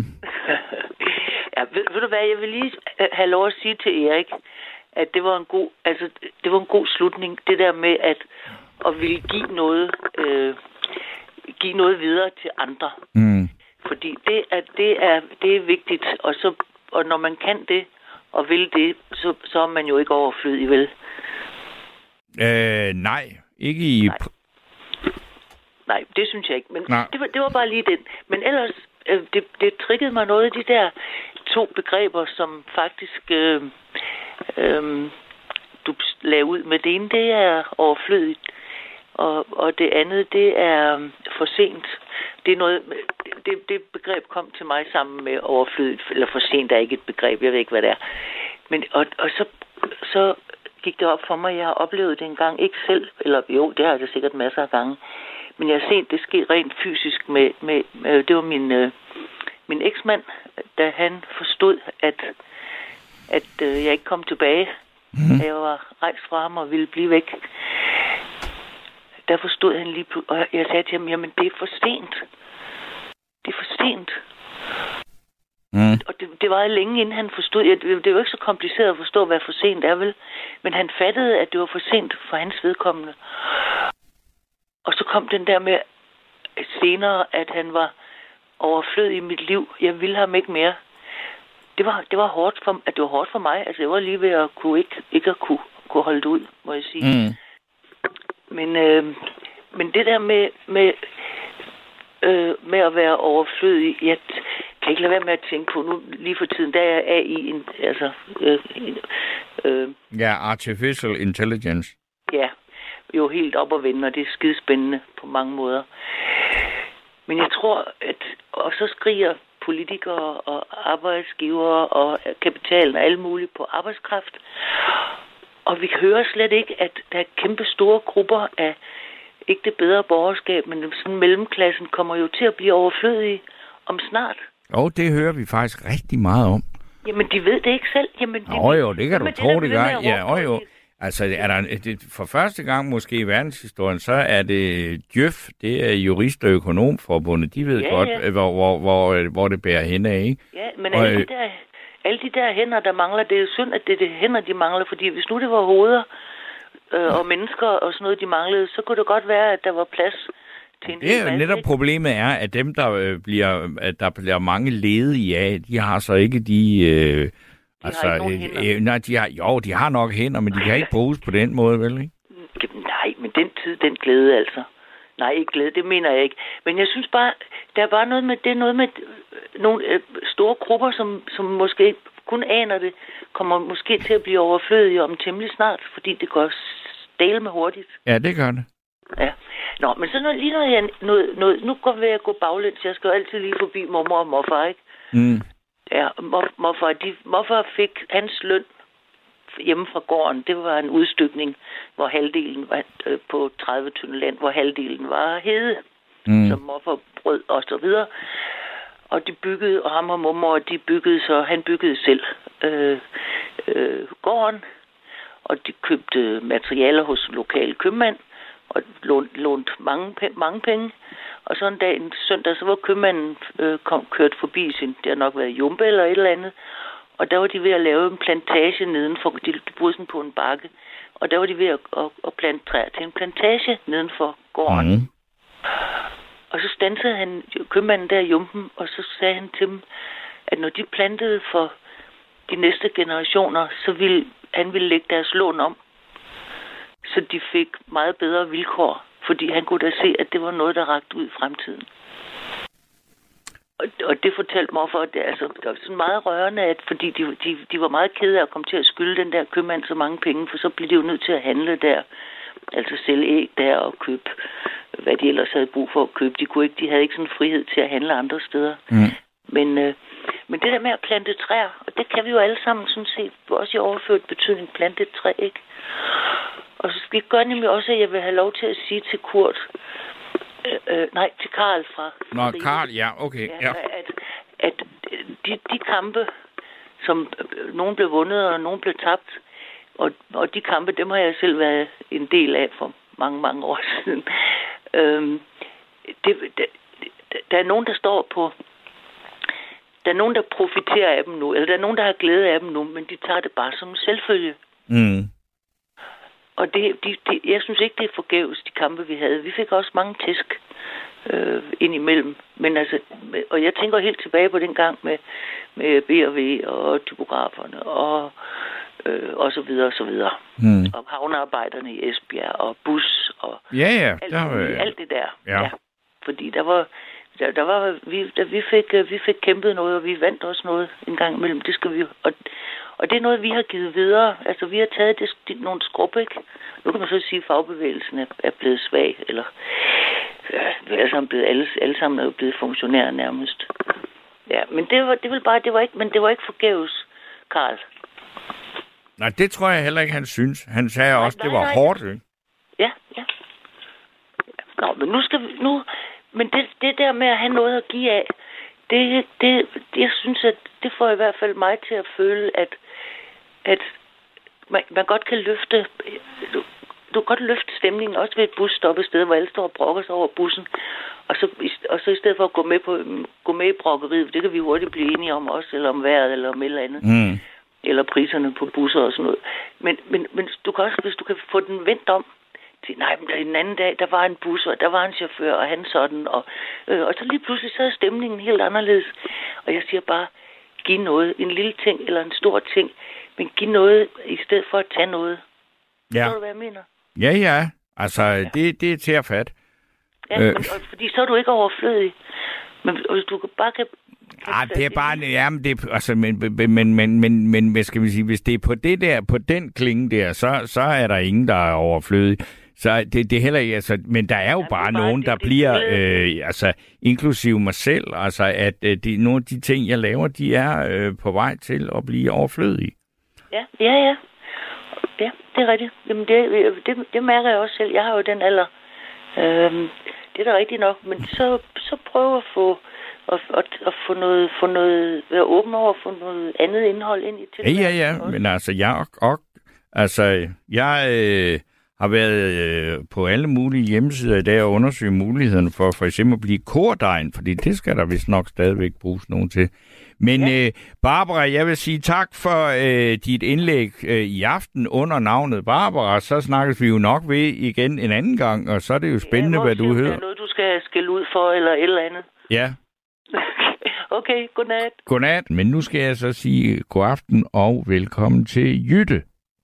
Ja, ved, ved du hvad, jeg vil lige have lov at sige til Erik, at det var en god, altså, det var en god slutning, det der med at, at ville give noget, øh, give noget videre til andre. Mm. Fordi det er, det er, det er vigtigt, og, så, og når man kan det, og vil det, så, så er man jo ikke overflødig, vel? Øh, nej, ikke i... Nej. Nej, det synes jeg ikke, men Nej. det var, det var bare lige den. Men ellers, øh, det, det triggede mig noget af de der to begreber, som faktisk øh, øh, du lagde ud med. Det ene, det er overflødigt, og, og det andet, det er for sent. Det er noget, det, det begreb kom til mig sammen med overflødigt, eller for sent er ikke et begreb, jeg ved ikke, hvad det er. Men, og, og så, så gik det op for mig, jeg har oplevet det engang, ikke selv, eller jo, det har jeg sikkert masser af gange, men jeg har set det ske rent fysisk med, med, med det var min, øh, min eksmand, da han forstod, at, at øh, jeg ikke kom tilbage, mm. at jeg var rejst fra ham og ville blive væk. Der forstod han lige pludselig, og jeg sagde til ham, jamen det er for sent. Det er for sent. Mm. Og det, det var længe inden han forstod, det, det er jo ikke så kompliceret at forstå, hvad for sent er vel, men han fattede, at det var for sent for hans vedkommende. Og så kom den der med senere, at han var overflødig i mit liv. Jeg ville ham ikke mere. Det var, det var hårdt for, at det var hårdt for mig. Altså, jeg var lige ved at kunne ikke, ikke at kunne, kunne holde det ud, må jeg sige. Mm. Men, øh, men det der med, med, øh, med at være overflødig, jeg kan ikke lade være med at tænke på nu lige for tiden, der er A I, en, altså... Øh, øh, ja, Artificial Intelligence. Ja, jo helt op og vende, og det er skidespændende på mange måder. Men jeg tror, at... Og så skriger politikere og arbejdsgivere og kapitalen og alle mulige på arbejdskraft. Og vi hører slet ikke, at der er kæmpe store grupper af ikke det bedre borgerskab, men sådan mellemklassen kommer jo til at blive overflødige om snart. Og det hører vi faktisk rigtig meget om. Jamen, de ved det ikke selv. Jamen, de Nå jo, det kan du tro, det gør. Ja, og jo. i. Altså, er der, det, for første gang måske i verdenshistorien, så er det J Ø F, det er Jurist- og Økonomforbundet. De ved Ja, godt, ja. Hvor, hvor, hvor, hvor det bærer hen af, ikke? Ja, men Og, alle de, øh, der, alle de der hænder, der mangler, det er jo synd, at det er de hænder, de mangler, fordi hvis nu det var hoveder øh, og mennesker og sådan noget, de manglede, så kunne det godt være, at der var plads til en Det hel er jo masse, netop ikke? problemet er, at dem, der øh, bliver, at der bliver mange ledige af, de har så ikke de... Øh, altså, ikke nogen hænder. øh, nej, de har, jo, de har nok hænder, men de kan ikke bruges på den måde, vel, ikke? Nej, men den tid, den glæde altså. Nej, ikke glæde, det mener jeg ikke. Men jeg synes bare, der er bare noget med, det er noget med øh, nogle øh, store grupper, som, som måske kun aner det, kommer måske til at blive overflødige om temmelig snart, fordi det går stale med hurtigt. Ja, det gør det. Ja. Nå, men så noget, lige noget, jeg, noget, noget, nu går jeg ved at gå baglæns. Jeg skal jo altid lige forbi mormor og morfar, ikke? Mm. Ja, mor, morfar, de, morfar fik hans løn hjemme fra gården. Det var en udstykning, hvor halvdelen var øh, på tredive tynde land, hvor halvdelen var hede, mm. som morfar brød og så videre. Og de byggede, og ham og mormor, de byggede så, han byggede selv øh, øh, gården, og de købte materialer hos en lokal købmand, og lånt, lånt mange, mange penge. Og så en dag, en søndag, så var købmanden øh, kom, kørt forbi sin, det har nok været Jumbe eller et eller andet, og der var de ved at lave en plantage nedenfor, de, de boede sådan på en bakke, og der var de ved at, at, at plante træer til en plantage nedenfor gården. Mm. Og så standsede han købmanden der i Jumpen, og så sagde han til dem, at når de plantede for de næste generationer, så ville han ville lægge deres lån om, så de fik meget bedre vilkår, fordi han kunne da se, at det var noget, der rakte ud i fremtiden. Og, og det fortalte mig for, at det, altså, det var sådan meget rørende, at fordi de, de, de var meget kede af at komme til at skylde den der købmand så mange penge, for så blev de jo nødt til at handle der, altså sælge æg der og købe, hvad de ellers havde brug for at købe. De, kunne ikke, de havde ikke sådan frihed til at handle andre steder. Mm. Men, øh, men det der med at plante træer, og det kan vi jo alle sammen sådan set, også i overført betydning, plante et træ, ikke? Og så skal jeg gøre nemlig også, at jeg vil have lov til at sige til Kurt, øh, øh, nej, til Karl fra... Nå, Karl, ja, okay. Ja. At, at de, de kampe, som øh, nogen blev vundet, og nogen blev tabt. Og, og de kampe, dem har jeg selv været en del af for mange, mange år siden. øhm, det, det, der er nogen, der står på... Der er nogen, der profiterer af dem nu, eller der er nogen, der har glæde af dem nu, men de tager det bare som en selvfølge. Mm. Og det, de, de, jeg synes ikke, det er forgæves, de kampe, vi havde. Vi fik også mange tæsk øh, ind imellem. Men altså, og jeg tænker helt tilbage på den gang med, med B og V og typograferne og, øh, og så videre og så videre. Mm. Og havnearbejderne i Esbjerg og bus og ja, ja. Alt, der, øh... alt det der. Ja. Ja. Fordi der var... Der, der var vi, der, vi fik vi fik kæmpet noget, og vi vandt også noget en gang imellem. Det skal vi og, og det er noget vi har givet videre. Altså vi har taget det, det nogle skrub, ikke? Nu kan man så sige at fagbevægelsen er, er blevet svag, eller ja, vi er alle sammen blevet alle, alle sammen er jo blevet funktionærer nærmest. Ja, men det var det var bare det var ikke, men det var ikke forgæves, Karl. Nej, det tror jeg heller ikke han synes. Han sagde nej, også nej, det var nej. hårdt, ikke? Ja, ja. Nå, men nu skal vi nu Men det, det der med at have noget at give af, det, det, jeg synes, at det får i hvert fald mig til at føle, at, at man, man godt kan løfte, du, du kan godt løfte stemningen, også ved et busstop et sted, hvor alle står og brokker sig over bussen, og så, og så i stedet for at gå med, på, gå med i brokkeriet, det kan vi hurtigt blive enige om også, eller om vejret, eller om et eller andet, mm. eller priserne på busser og sådan noget. Men, men, men du kan også, hvis du kan få den vendt om, nej, men den anden dag, der var en bus, og der var en chauffør, og han sådan, og, øh, og så lige pludselig, så er stemningen helt anderledes. Og jeg siger bare, giv noget, en lille ting, eller en stor ting, men giv noget, i stedet for at tage noget. Ja. Forstår du, hvad jeg mener? Ja, ja. Altså, ja. Det, det er til at fatte. Ja, øh. men, og, fordi så er du ikke overflødig. Men hvis du bare kan... Ah, det er bare, ja, men det, altså, men, men, men, men, men, hvad skal vi sige, hvis det er på det der, på den klinge der, så, så er der ingen, der er overflødig. Så det, det er heller ikke, altså, men der er jo ja, bare, bare nogen, det, der det, bliver, det, øh, altså, inklusive mig selv, altså, at øh, de, nogle af de ting, jeg laver, de er øh, på vej til at blive overflødige. Ja, ja, ja. Ja, det er rigtigt. Jamen, det, det, det mærker jeg også selv. Jeg har jo den alder. Øhm, det er da rigtigt nok, men så, så prøv at få, at, at, at få noget, få noget, være åben over at få noget andet indhold ind i tilværelsen. Ja, ja, ja, men altså, jeg og, og altså, jeg... Øh, har været øh, på alle mulige hjemmesider i dag og undersøge muligheden for for eksempel at blive kordegn, fordi det skal der vist nok stadigvæk bruges nogen til. Men ja. øh, Barbara, jeg vil sige tak for øh, dit indlæg øh, i aften under navnet Barbara. Så snakkes vi jo nok ved igen en anden gang, og så er det jo spændende, ja, hvad du hører. Er noget, du skal skælde ud for, eller et eller andet? Ja. Okay, godnat. Godnat, men nu skal jeg så sige god aften og velkommen til Jytte.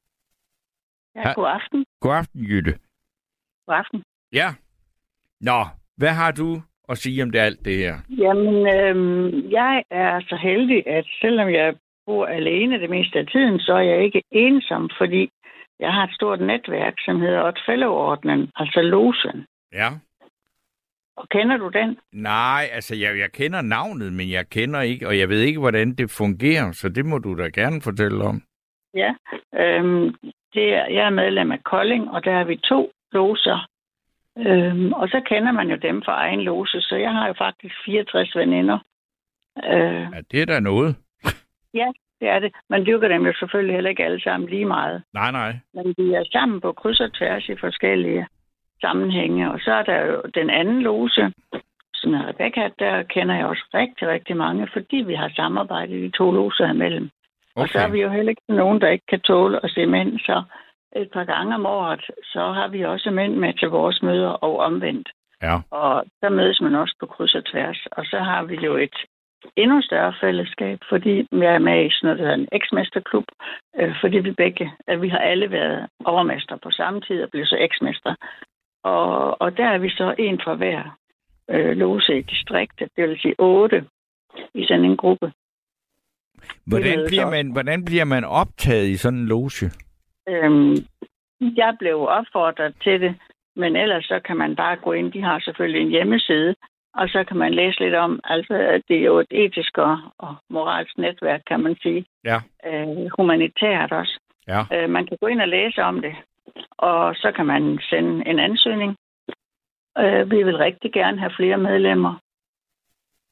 Ja, god aften. God aften, Jytte. God aften. Ja. Nå, hvad har du at sige om det alt det her? Jamen, øhm, jeg er så heldig, at selvom jeg bor alene det meste af tiden, så er jeg ikke ensom, fordi jeg har et stort netværk, som hedder Odd Fellow-ordnen, altså Losen. Ja. Og kender du den? Nej, altså jeg, jeg kender navnet, men jeg kender ikke, og jeg ved ikke, hvordan det fungerer, så det må du da gerne fortælle om. Ja, øhm, det er, jeg er medlem af Kolding, og der har vi to loser. Øhm, og så kender man jo dem fra egen lose, så jeg har jo faktisk fireogtres veninder. Øh, ja, det er da noget. Ja, det er det. Man dyrker dem jo selvfølgelig heller ikke alle sammen lige meget. Nej, nej. Men vi er sammen på kryds og tværs i forskellige sammenhænge. Og så er der jo den anden lose, som er Rebecca, der kender jeg også rigtig, rigtig mange, fordi vi har samarbejdet de to loser imellem. Okay. Og så er vi jo heller ikke nogen, der ikke kan tåle at se mænd, så et par gange om året, så har vi også mænd med til vores møder og omvendt. Ja. Og der mødes man også på kryds og tværs. Og så har vi jo et endnu større fællesskab, fordi vi er med i sådan noget, der hedder en eksmesterklub, øh, fordi vi begge, at vi har alle været overmester på samme tid og blevet så eksmester. Og, og der er vi så en fra hver øh, lose i distriktet, det vil sige otte i sådan en gruppe. Hvordan bliver man, hvordan bliver man optaget i sådan en loge? Øhm, jeg blev opfordret til det, men ellers så kan man bare gå ind. De har selvfølgelig en hjemmeside, og så kan man læse lidt om, altså det er jo et etisk og, og moralsk netværk, kan man sige. Ja. Øh, humanitært også. Ja. Øh, man kan gå ind og læse om det, og så kan man sende en ansøgning. Øh, vi vil rigtig gerne have flere medlemmer.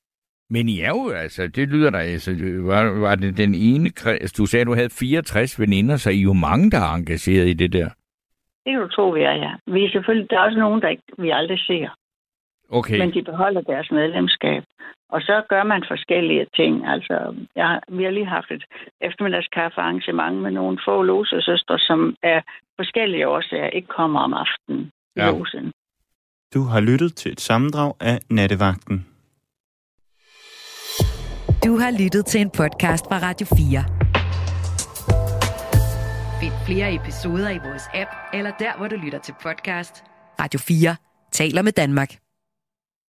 Men I er jo, altså, det lyder da, altså, var, var det den ene, altså, du sagde, du havde fireogtres veninder, så I er jo mange, der er engageret i det der. Det kan du tro, vi er, ja. Vi er selvfølgelig, der er også nogen, der ikke, vi aldrig ser. Okay. Men de beholder deres medlemskab. Og så gør man forskellige ting. Altså, jeg, vi har lige haft et eftermiddagskaffearrangement med nogle få losesøstre, som af forskellige årsager ikke kommer om aftenen i ja. losen. Du har lyttet til et sammendrag af Nattevagten. Du har lyttet til en podcast fra Radio fire. Find flere episoder i vores app, eller der, hvor du lytter til podcast. Radio fire taler med Danmark.